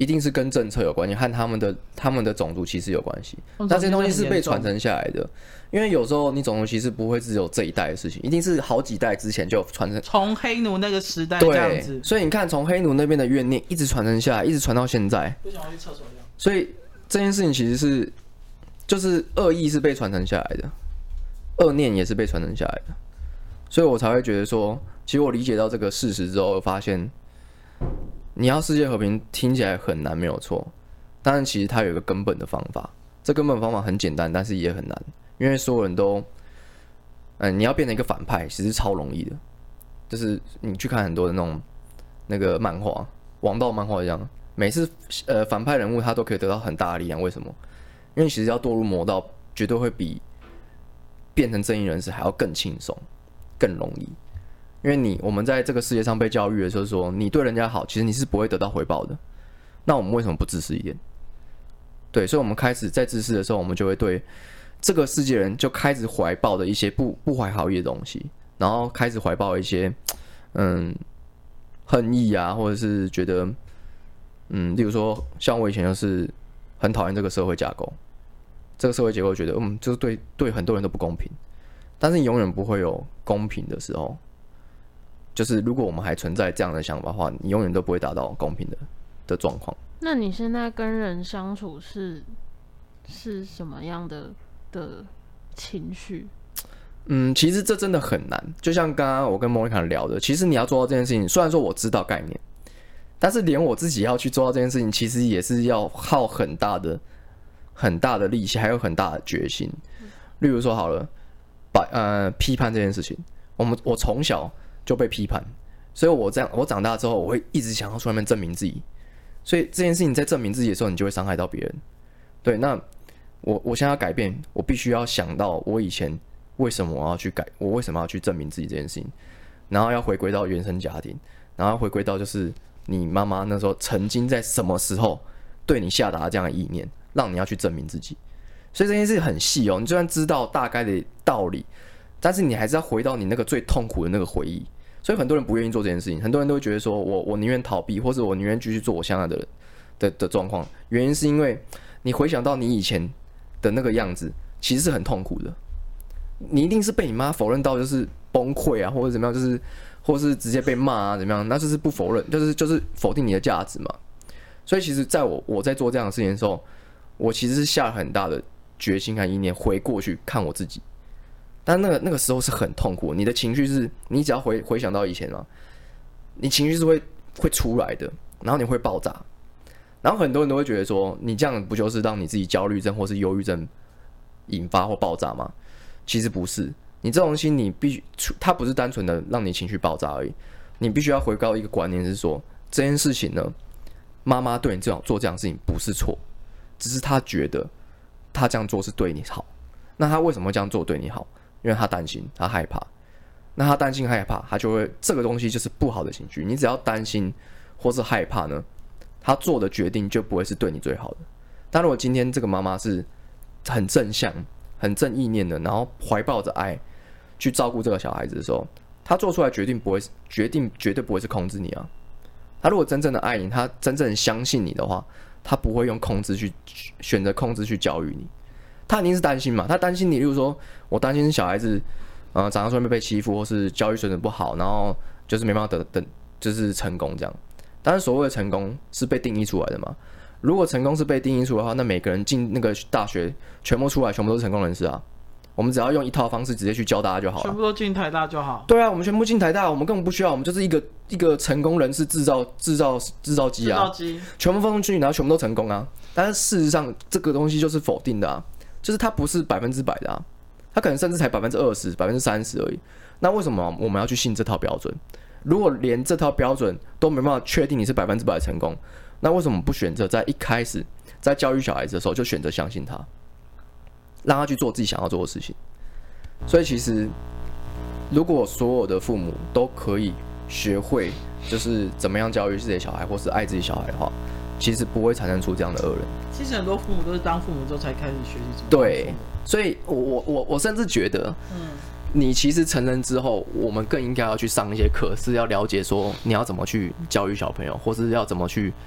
一定是跟政策有关系，和他们的他们的种族歧视有关系。但这些东西是被传承下来的，因为有时候你种族歧视不会只有这一代的事情，一定是好几代之前就传承。 从黑奴那个时代这样子， 所以你看，从黑奴那边的怨念一直传承下来，一直传到现在。 不想要去厕所一样。 所以这件事情其实是，就是恶意是被传承下来的，恶念也是被传承下来的，所以我才会觉得说，其实我理解到这个事实之后，我发现。你要世界和平听起来很难，没有错，但是其实它有一个根本的方法。这根本方法很简单，但是也很难，因为所有人都，嗯，你要变成一个反派，其实超容易的。就是你去看很多的那种那个漫画，王道漫画一样，每次呃反派人物他都可以得到很大的力量。为什么？因为其实要堕入魔道，绝对会比变成正义人士还要更轻松、更容易。因为你我们在这个世界上被教育的就是说，你对人家好，其实你是不会得到回报的。那我们为什么不自私一点？对，所以我们开始在自私的时候，我们就会对这个世界人就开始怀抱的一些不不怀好意的东西，然后开始怀抱一些嗯恨意啊，或者是觉得嗯，例如说像我以前就是很讨厌这个社会架构，这个社会结构觉得嗯，就是对对很多人都不公平，但是你永远不会有公平的时候。就是如果我们还存在这样的想法的话，你永远都不会达到公平的的状况。 那你现在跟人相处是是什么样的的情绪？ 嗯，其实这真的很难。就像刚刚我跟莫妮卡聊的，其实你要做到这件事情，虽然说我知道概念，但是连我自己要去做到这件事情，其实也是要耗很大的、很大的力气，还有很大的决心。例如说好了，把呃批判这件事情，我们我从小。就被批判，所以我这样，我长大之后，我会一直想要去外面证明自己。所以这件事情在证明自己的时候，你就会伤害到别人。对，那我我现在要改变，我必须要想到我以前为什么我要去改，我为什么要去证明自己这件事情，然后要回归到原生家庭，然后回归到就是你妈妈那时候曾经在什么时候对你下达这样的意念，让你要去证明自己。所以这件事很细哦，你就算知道大概的道理。但是你还是要回到你那个最痛苦的那个回忆，所以很多人不愿意做这件事情，很多人都会觉得说我我宁愿逃避，或者我宁愿继续做我现在的的的状况。原因是因为你回想到你以前的那个样子，其实是很痛苦的。你一定是被你妈否认到就是崩溃啊，或者怎么样，就是或是直接被骂啊，怎么样？那就是不否认，就是就是否定你的价值嘛。所以其实在我我在做这样的事情的时候，我其实是下了很大的决心和意念，回过去看我自己。但那个那个时候是很痛苦，你的情绪是，你只要回回想到以前嘛，你情绪是会会出来的，然后你会爆炸，然后很多人都会觉得说，你这样不就是让你自己焦虑症或是忧郁症引发或爆炸吗？其实不是，你这种东西你必须，它不是单纯的让你情绪爆炸而已，你必须要回到一个观念是说，这件事情呢，妈妈对你这样做这样的事情不是错，只是她觉得她这样做是对你好，那她为什么这样做对你好？因为他担心，他害怕，那他担心害怕，他就会这个东西就是不好的情绪。你只要担心或是害怕呢，他做的决定就不会是对你最好的。但如果今天这个妈妈是很正向、很正意念的，然后怀抱着爱去照顾这个小孩子的时候，他做出来决定不会决定绝对不会是控制你啊。他如果真正的爱你，他真正相信你的话，他不会用控制去选择控制去教育你。他一定是担心嘛，他担心你，例如说，我担心小孩子，呃，长大之后会被欺负，或是教育水准不好，然后就是没办法得等，就是成功这样。但是所谓的成功是被定义出来的嘛？如果成功是被定义出来的话，那每个人进那个大学，全部出来，全部都是成功人士啊。我们只要用一套方式直接去教大家就好了。 全部都进台大就好。 对啊，我们全部进台大，我们根本不需要，我们就是一个一个成功人士制造制造制造机啊， 制造机， 全部放进去，然后全部都成功啊。但是事实上，这个东西就是否定的啊。就是它不是百分之百的啊，它可能甚至才百分之二十、百分之三十而已。那为什么我们要去信这套标准？如果连这套标准都没办法确定你是百分之百成功，那为什么不选择在一开始在教育小孩子的时候就选择相信他，让他去做自己想要做的事情？所以其实，如果所有的父母都可以学会就是怎么样教育自己的小孩，或是爱自己小孩的话，其实不会产生出这样的恶人。 其实很多父母都是当父母之后才开始学习怎么对，所以我我我我甚至觉得，嗯，你其实成人之后，我们更应该要去上一些课，是要了解说你要怎么去教育小朋友，或是要怎么去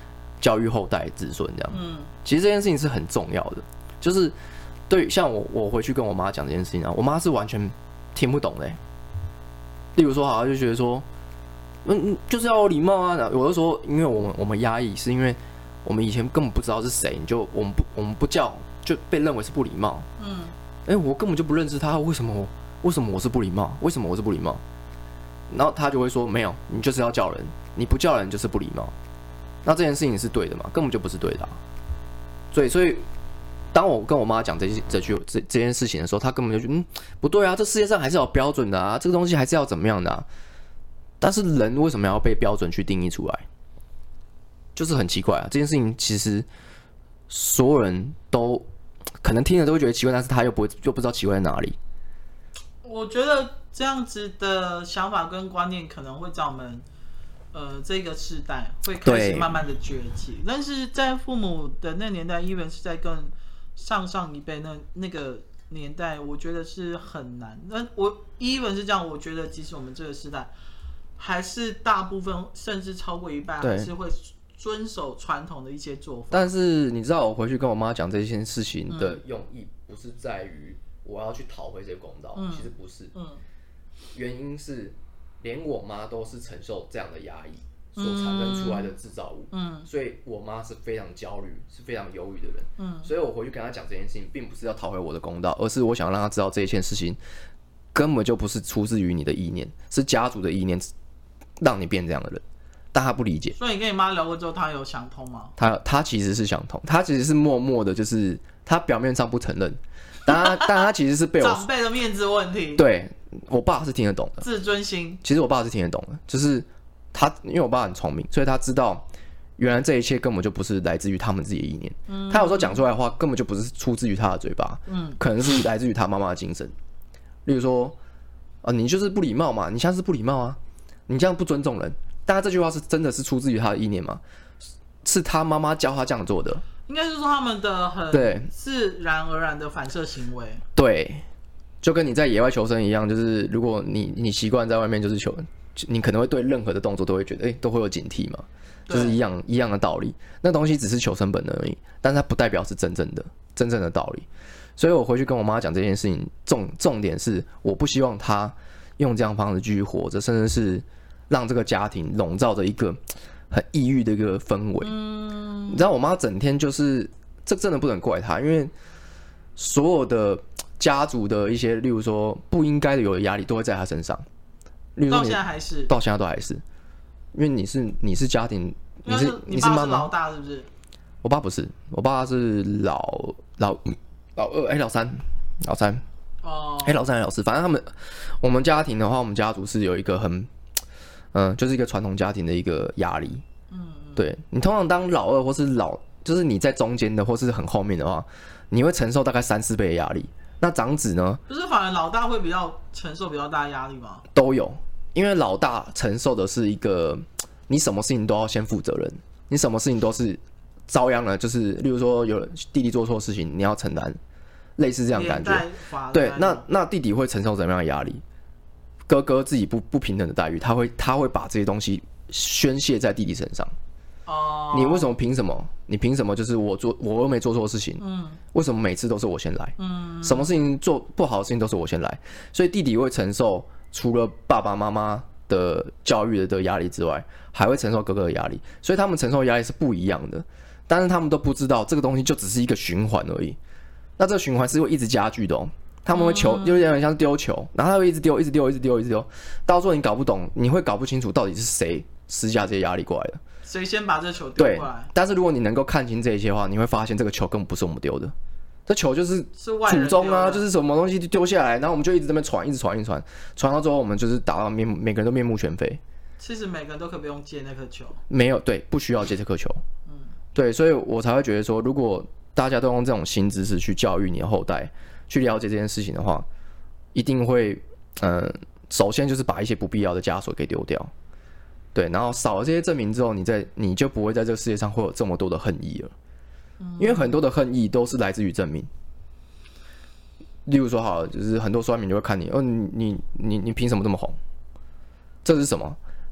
教育后代子孙这样。 嗯， 其实这件事情是很重要的，就是对像我我回去跟我妈讲这件事情啊，我妈是完全听不懂的、欸。例如说，好像就觉得说，嗯，就是要有礼貌啊。我就说，因为我们我们压抑，是因为我们以前根本不知道是谁，你就我们不我们不叫，就被认为是不礼貌。 嗯， 哎、欸，我根本就不认识他，为什么我为什么我是不礼貌？为什么我是不礼貌？然后他就会说，没有，你就是要叫人，你不叫人就是不礼貌。那这件事情是对的嘛？根本就不是对的、啊。所以，所以当我跟我妈讲这这句这这件事情的时候，她根本就觉得，嗯，不对啊，这世界上还是有标准的啊，这个东西还是要怎么样的啊？但是人为什么要被标准去定义出来？就是很奇怪啊！这件事情其实所有人都可能听了都会觉得奇怪，但是他又不会又不知道奇怪在哪里。 我觉得这样子的想法跟观念可能会在我们呃这个世代会开始慢慢的崛起，但是在父母的那年代，even是在更上上一辈那那个年代，我觉得是很难。那我 even 是这样，我觉得即使我们这个时代，还是大部分甚至超过一半还是会遵守传统的一些做法。 但是你知道，我回去跟我妈讲这件事情的用意，不是在于我要去讨回这个公道，嗯、其实不是。嗯，原因是连我妈都是承受这样的压抑所产生出来的制造物，嗯，所以我妈是非常焦虑，是非常忧郁的人，嗯，所以我回去跟她讲这件事情，并不是要讨回我的公道，而是我想让她知道这一件事情根本就不是出自于你的意念，是家族的意念让你变这样的人。但他不理解， 所以你跟你妈聊过之后，他有想通吗？ 他他其实是想通，他其实是默默的，就是他表面上不承认，但他但他其实是被我长辈的面子问题。 对，我爸是听得懂的， 自尊心。 其实我爸是听得懂的，就是他因为我爸很聪明，所以他知道原来这一切根本就不是来自于他们自己的意念。嗯、他有时候讲出来的话，根本就不是出自于他的嘴巴，嗯，可能是来自于他妈妈的精神。例如说，啊，你就是不礼貌嘛，你现在是不礼貌啊，你这样不尊重人。但他这句话是真的是出自于他的意念吗？是他妈妈教他这样做的。 应该是说他们的很自然而然的反射行为。 对，就跟你在野外求生一样，就是如果你你习惯在外面就是求，你可能会对任何的动作都会觉得，哎、欸，都会有警惕嘛，就是一样一样的道理。那东西只是求生本能而已，但是它不代表是真正的真正的道理。所以我回去跟我妈讲这件事情，重重点是我不希望她用这样的方式继续活着，甚至是让这个家庭笼罩着一个很抑郁的一个氛围。嗯，你知道我妈整天就是，这真的不能怪她，因为所有的家族的一些，例如说不应该的有的压力，都会在她身上。例如说到现在还是， 到现在都还是，因为你是你是家庭，你是你是妈妈， 老大是不是？ 我爸不是，我爸是老老老二，哎、欸，老三，老三。哦，哎、欸，老三还是老四，反正他们我们家庭的话，我们家族是有一个很。嗯，就是一个传统家庭的一个压力。嗯，对，你通常当老二或是老，就是你在中间的或是很后面的话，你会承受大概三四倍的压力。那长子呢？ 不是反而老大会比较承受比较大的压力吗？ 都有，因为老大承受的是一个，你什么事情都要先负责任，你什么事情都是遭殃了，就是例如说有弟弟做错事情，你要承担，类似这样的感觉。对，那那弟弟会承受怎么样的压力？哥哥自己不不平等的待遇，他会他会把这些东西宣泄在弟弟身上。哦，你为什么凭什么？你凭什么？就是我做我又没做错事情，嗯，为什么每次都是我先来？嗯，什么事情做不好的事情都是我先来，所以弟弟会承受除了爸爸妈妈的教育的压力之外，还会承受哥哥的压力，所以他们承受的压力是不一样的。但是他们都不知道这个东西就只是一个循环而已，那这个循环是会一直加剧的哦。他们会球，就有点像丢球，然后他会一直丢，一直丢，一直丢，一直丢，到最后你搞不懂，你会搞不清楚到底是谁施加这些压力过来的， 谁先把这球丢过来。 对，但是如果你能够看清这一些的话，你会发现这个球根本不是我们丢的，这球就是祖宗啊，就是什么东西丢下来，然后我们就一直在那边传，一直传，一直传，传到最后我们就是打到面，每个人都面目全非。 其实每个人都可以不用接那颗球， 没有，对，不需要接这颗球。嗯，对，所以我才会觉得说，如果大家都用这种新知识去教育你的后代，去了解这件事情的话。一定会，呃，首先就是把一些不必要的枷锁给丢掉，对，然后少了这些证明之后，你在你就不会在这个世界上会有这么多的恨意了，因为很多的恨意都是来自于证明。例如说，好了，就是很多酸民就会看你，哦，你你你你凭什么这么红？这是什么？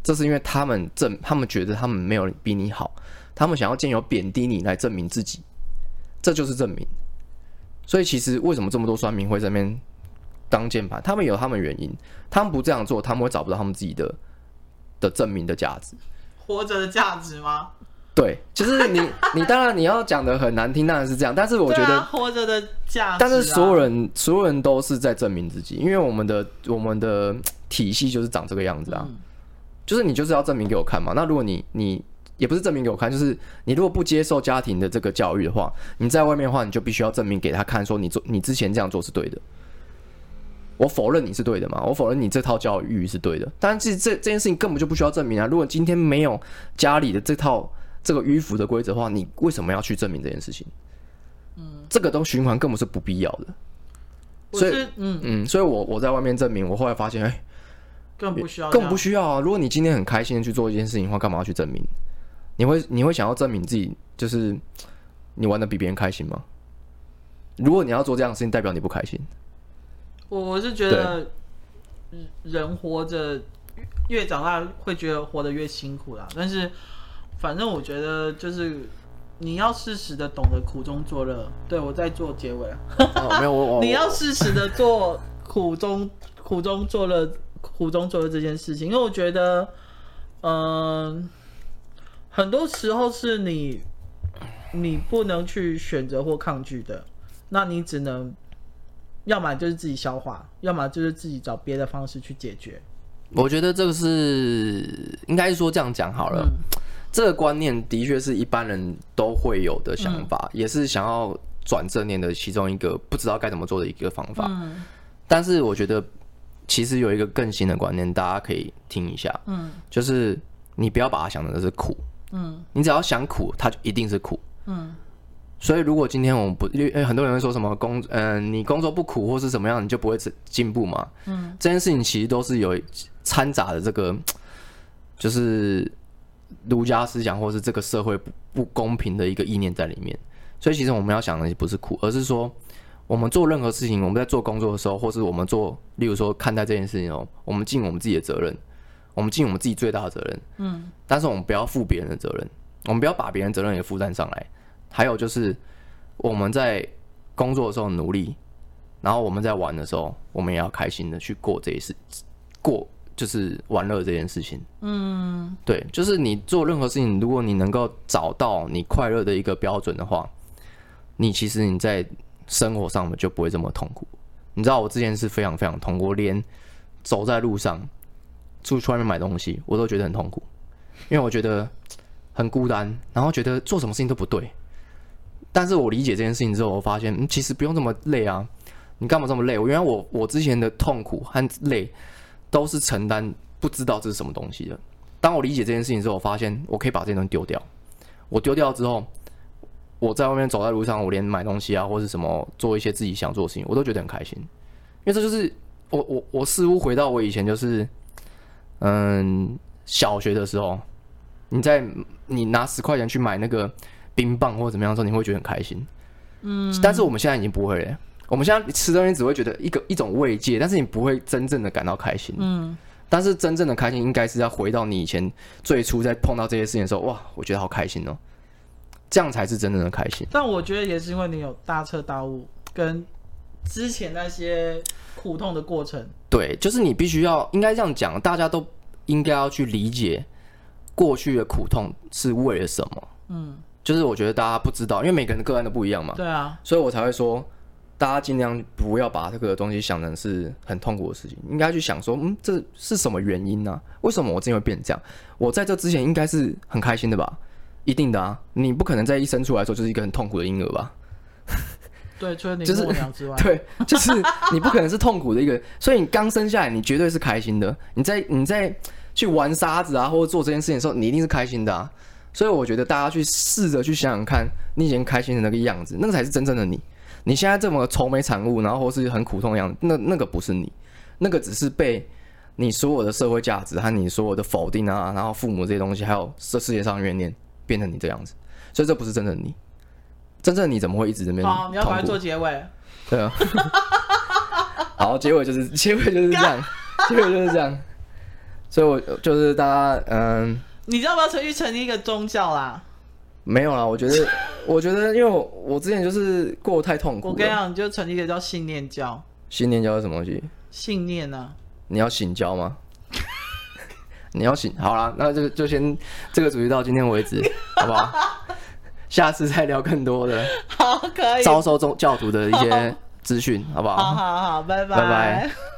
这是因为他们证，他们觉得他们没有比你好，他们想要借由贬低你来证明自己，这就是证明。所以其实为什么这么多酸民会在那边当键盘？他们有他们原因，他们不这样做，他们会找不到他们自己的的证明的价值， 活着的价值吗？ 对，就是你，你当然你要讲的很难听，当然是这样。但是我觉得、 啊、活着的价值、啊， 但是所有人，所有人都是在证明自己，因为我们的我们的体系就是长这个样子啊，嗯、就是你就是要证明给我看嘛。那如果你你也不是证明给我看，就是你如果不接受家庭的这个教育的话，你在外面的话，你就必须要证明给他看，说你做你之前这样做是对的。我否认你是对的嘛，我否认你这套教育是对的。但是这这件事情根本就不需要证明啊。如果今天没有家里的这套这个迂腐的规则的话，你为什么要去证明这件事情？嗯，这个都循环根本是不必要的。所以，嗯嗯，所以我我在外面证明，我后来发现，哎、欸， 更不需要， 更不需要啊！如果你今天很开心的去做一件事情的话，干嘛要去证明？你会你会想要证明自己，就是你玩的比别人开心吗？如果你要做这样的事情，代表你不开心。 我是觉得人活着越长大会觉得活得越辛苦啦，但是反正我觉得就是你要适时的懂得苦中作乐。对，我在做结尾哦，没有我你要适时的做苦中苦中作乐苦中作乐这件事情，因为我觉得嗯、呃、很多时候是你你不能去选择或抗拒的，那你只能要么就是自己消化，要么就是自己找别的方式去解决。 我觉得这个是应该是说这样讲好了、嗯，这个观念的确是一般人都会有的想法，嗯、也是想要转正念的其中一个不知道该怎么做的一个方法。嗯、但是我觉得其实有一个更新的观念，大家可以听一下，嗯，就是你不要把它想成是苦，嗯，你只要想苦，它就一定是苦，嗯。所以，如果今天我们不，因为很多人会说什么工，嗯、呃，你工作不苦或是怎么样，你就不会进步嘛。嗯，这件事情其实都是有掺杂的这个，就是儒家思想或是这个社会不不公平的一个意念在里面。所以，其实我们要想的不是苦，而是说，我们做任何事情，我们在做工作的时候，或是我们做，例如说看待这件事情哦，我们尽我们自己的责任，我们尽我们自己最大的责任。嗯，但是我们不要负别人的责任，我们不要把别人责任也负担上来。还有就是我们在工作的时候努力，然后我们在玩的时候，我们也要开心的去过这一事，过就是玩乐这件事情。嗯，对，就是你做任何事情，如果你能够找到你快乐的一个标准的话，你其实你在生活上面就不会这么痛苦。你知道我之前是非常非常痛苦，连走在路上出去外面买东西，我都觉得很痛苦，因为我觉得很孤单，然后觉得做什么事情都不对。但是我理解这件事情之后，我发现、嗯、其实不用这么累啊！你干嘛这么累？我原来我我之前的痛苦和累都是承担不知道这是什么东西的。当我理解这件事情之后，我发现我可以把这些东西丢掉。我丢掉之后，我在外面走在路上，我连买东西啊，或是什么做一些自己想做的事情，我都觉得很开心。因为这就是我我我似乎回到我以前就是嗯小学的时候，你在你拿十块钱去买那个冰棒或者怎么样的时候，你会觉得很开心。嗯，但是我们现在已经不会了。我们现在吃东西只会觉得一个一种慰藉，但是你不会真正的感到开心。嗯，但是真正的开心应该是要回到你以前最初在碰到这些事情的时候，哇，我觉得好开心哦，这样才是真正的开心。 但我觉得也是因为你有大彻大悟，跟之前那些苦痛的过程。 对，就是你必须要应该这样讲，大家都应该要去理解过去的苦痛是为了什么。嗯。就是我觉得大家不知道，因为每个人的个案都不一样嘛。 对啊， 所以我才会说，大家尽量不要把这个东西想成是很痛苦的事情，应该去想说，嗯，这是什么原因呢、啊？为什么我今天会变成这样？我在这之前应该是很开心的吧？一定的啊，你不可能在一生出来的时候就是一个很痛苦的婴儿吧？ 对，除了你跟我娘之外， 就是、对，就是你不可能是痛苦的一个，所以你刚生下来，你绝对是开心的。你在你在去玩沙子啊，或者做这件事情的时候，你一定是开心的啊。所以我觉得大家去试着去想想看，你以前开心的那个样子，那个才是真正的你。你现在这么愁眉惨雾，然后或是很苦痛的样子，那那个不是你，那个只是被你所有的社会价值和你所有的否定啊，然后父母这些东西，还有这世界上的怨念，变成你这样子。所以这不是真正的你，真正的你怎么会一直在那边？ 好，你要赶快做结尾。 对啊。好，结尾就是结尾就是这样，结尾就是这样。 所以我就是大家嗯。 你要不要去成立一个宗教啦？ 没有啦，我觉得，我觉得，因为我我之前就是过得太痛苦了。 我跟你讲，你就成立一个叫信念教。 信念教是什么东西？ 信念啊。 你要信教吗？你要信？好啦，那就就先这个主题到今天为止，好不好？下次再聊更多的， 好，可以。 招收宗教徒的一些资讯，好不好？ 好好好，拜拜。 拜拜。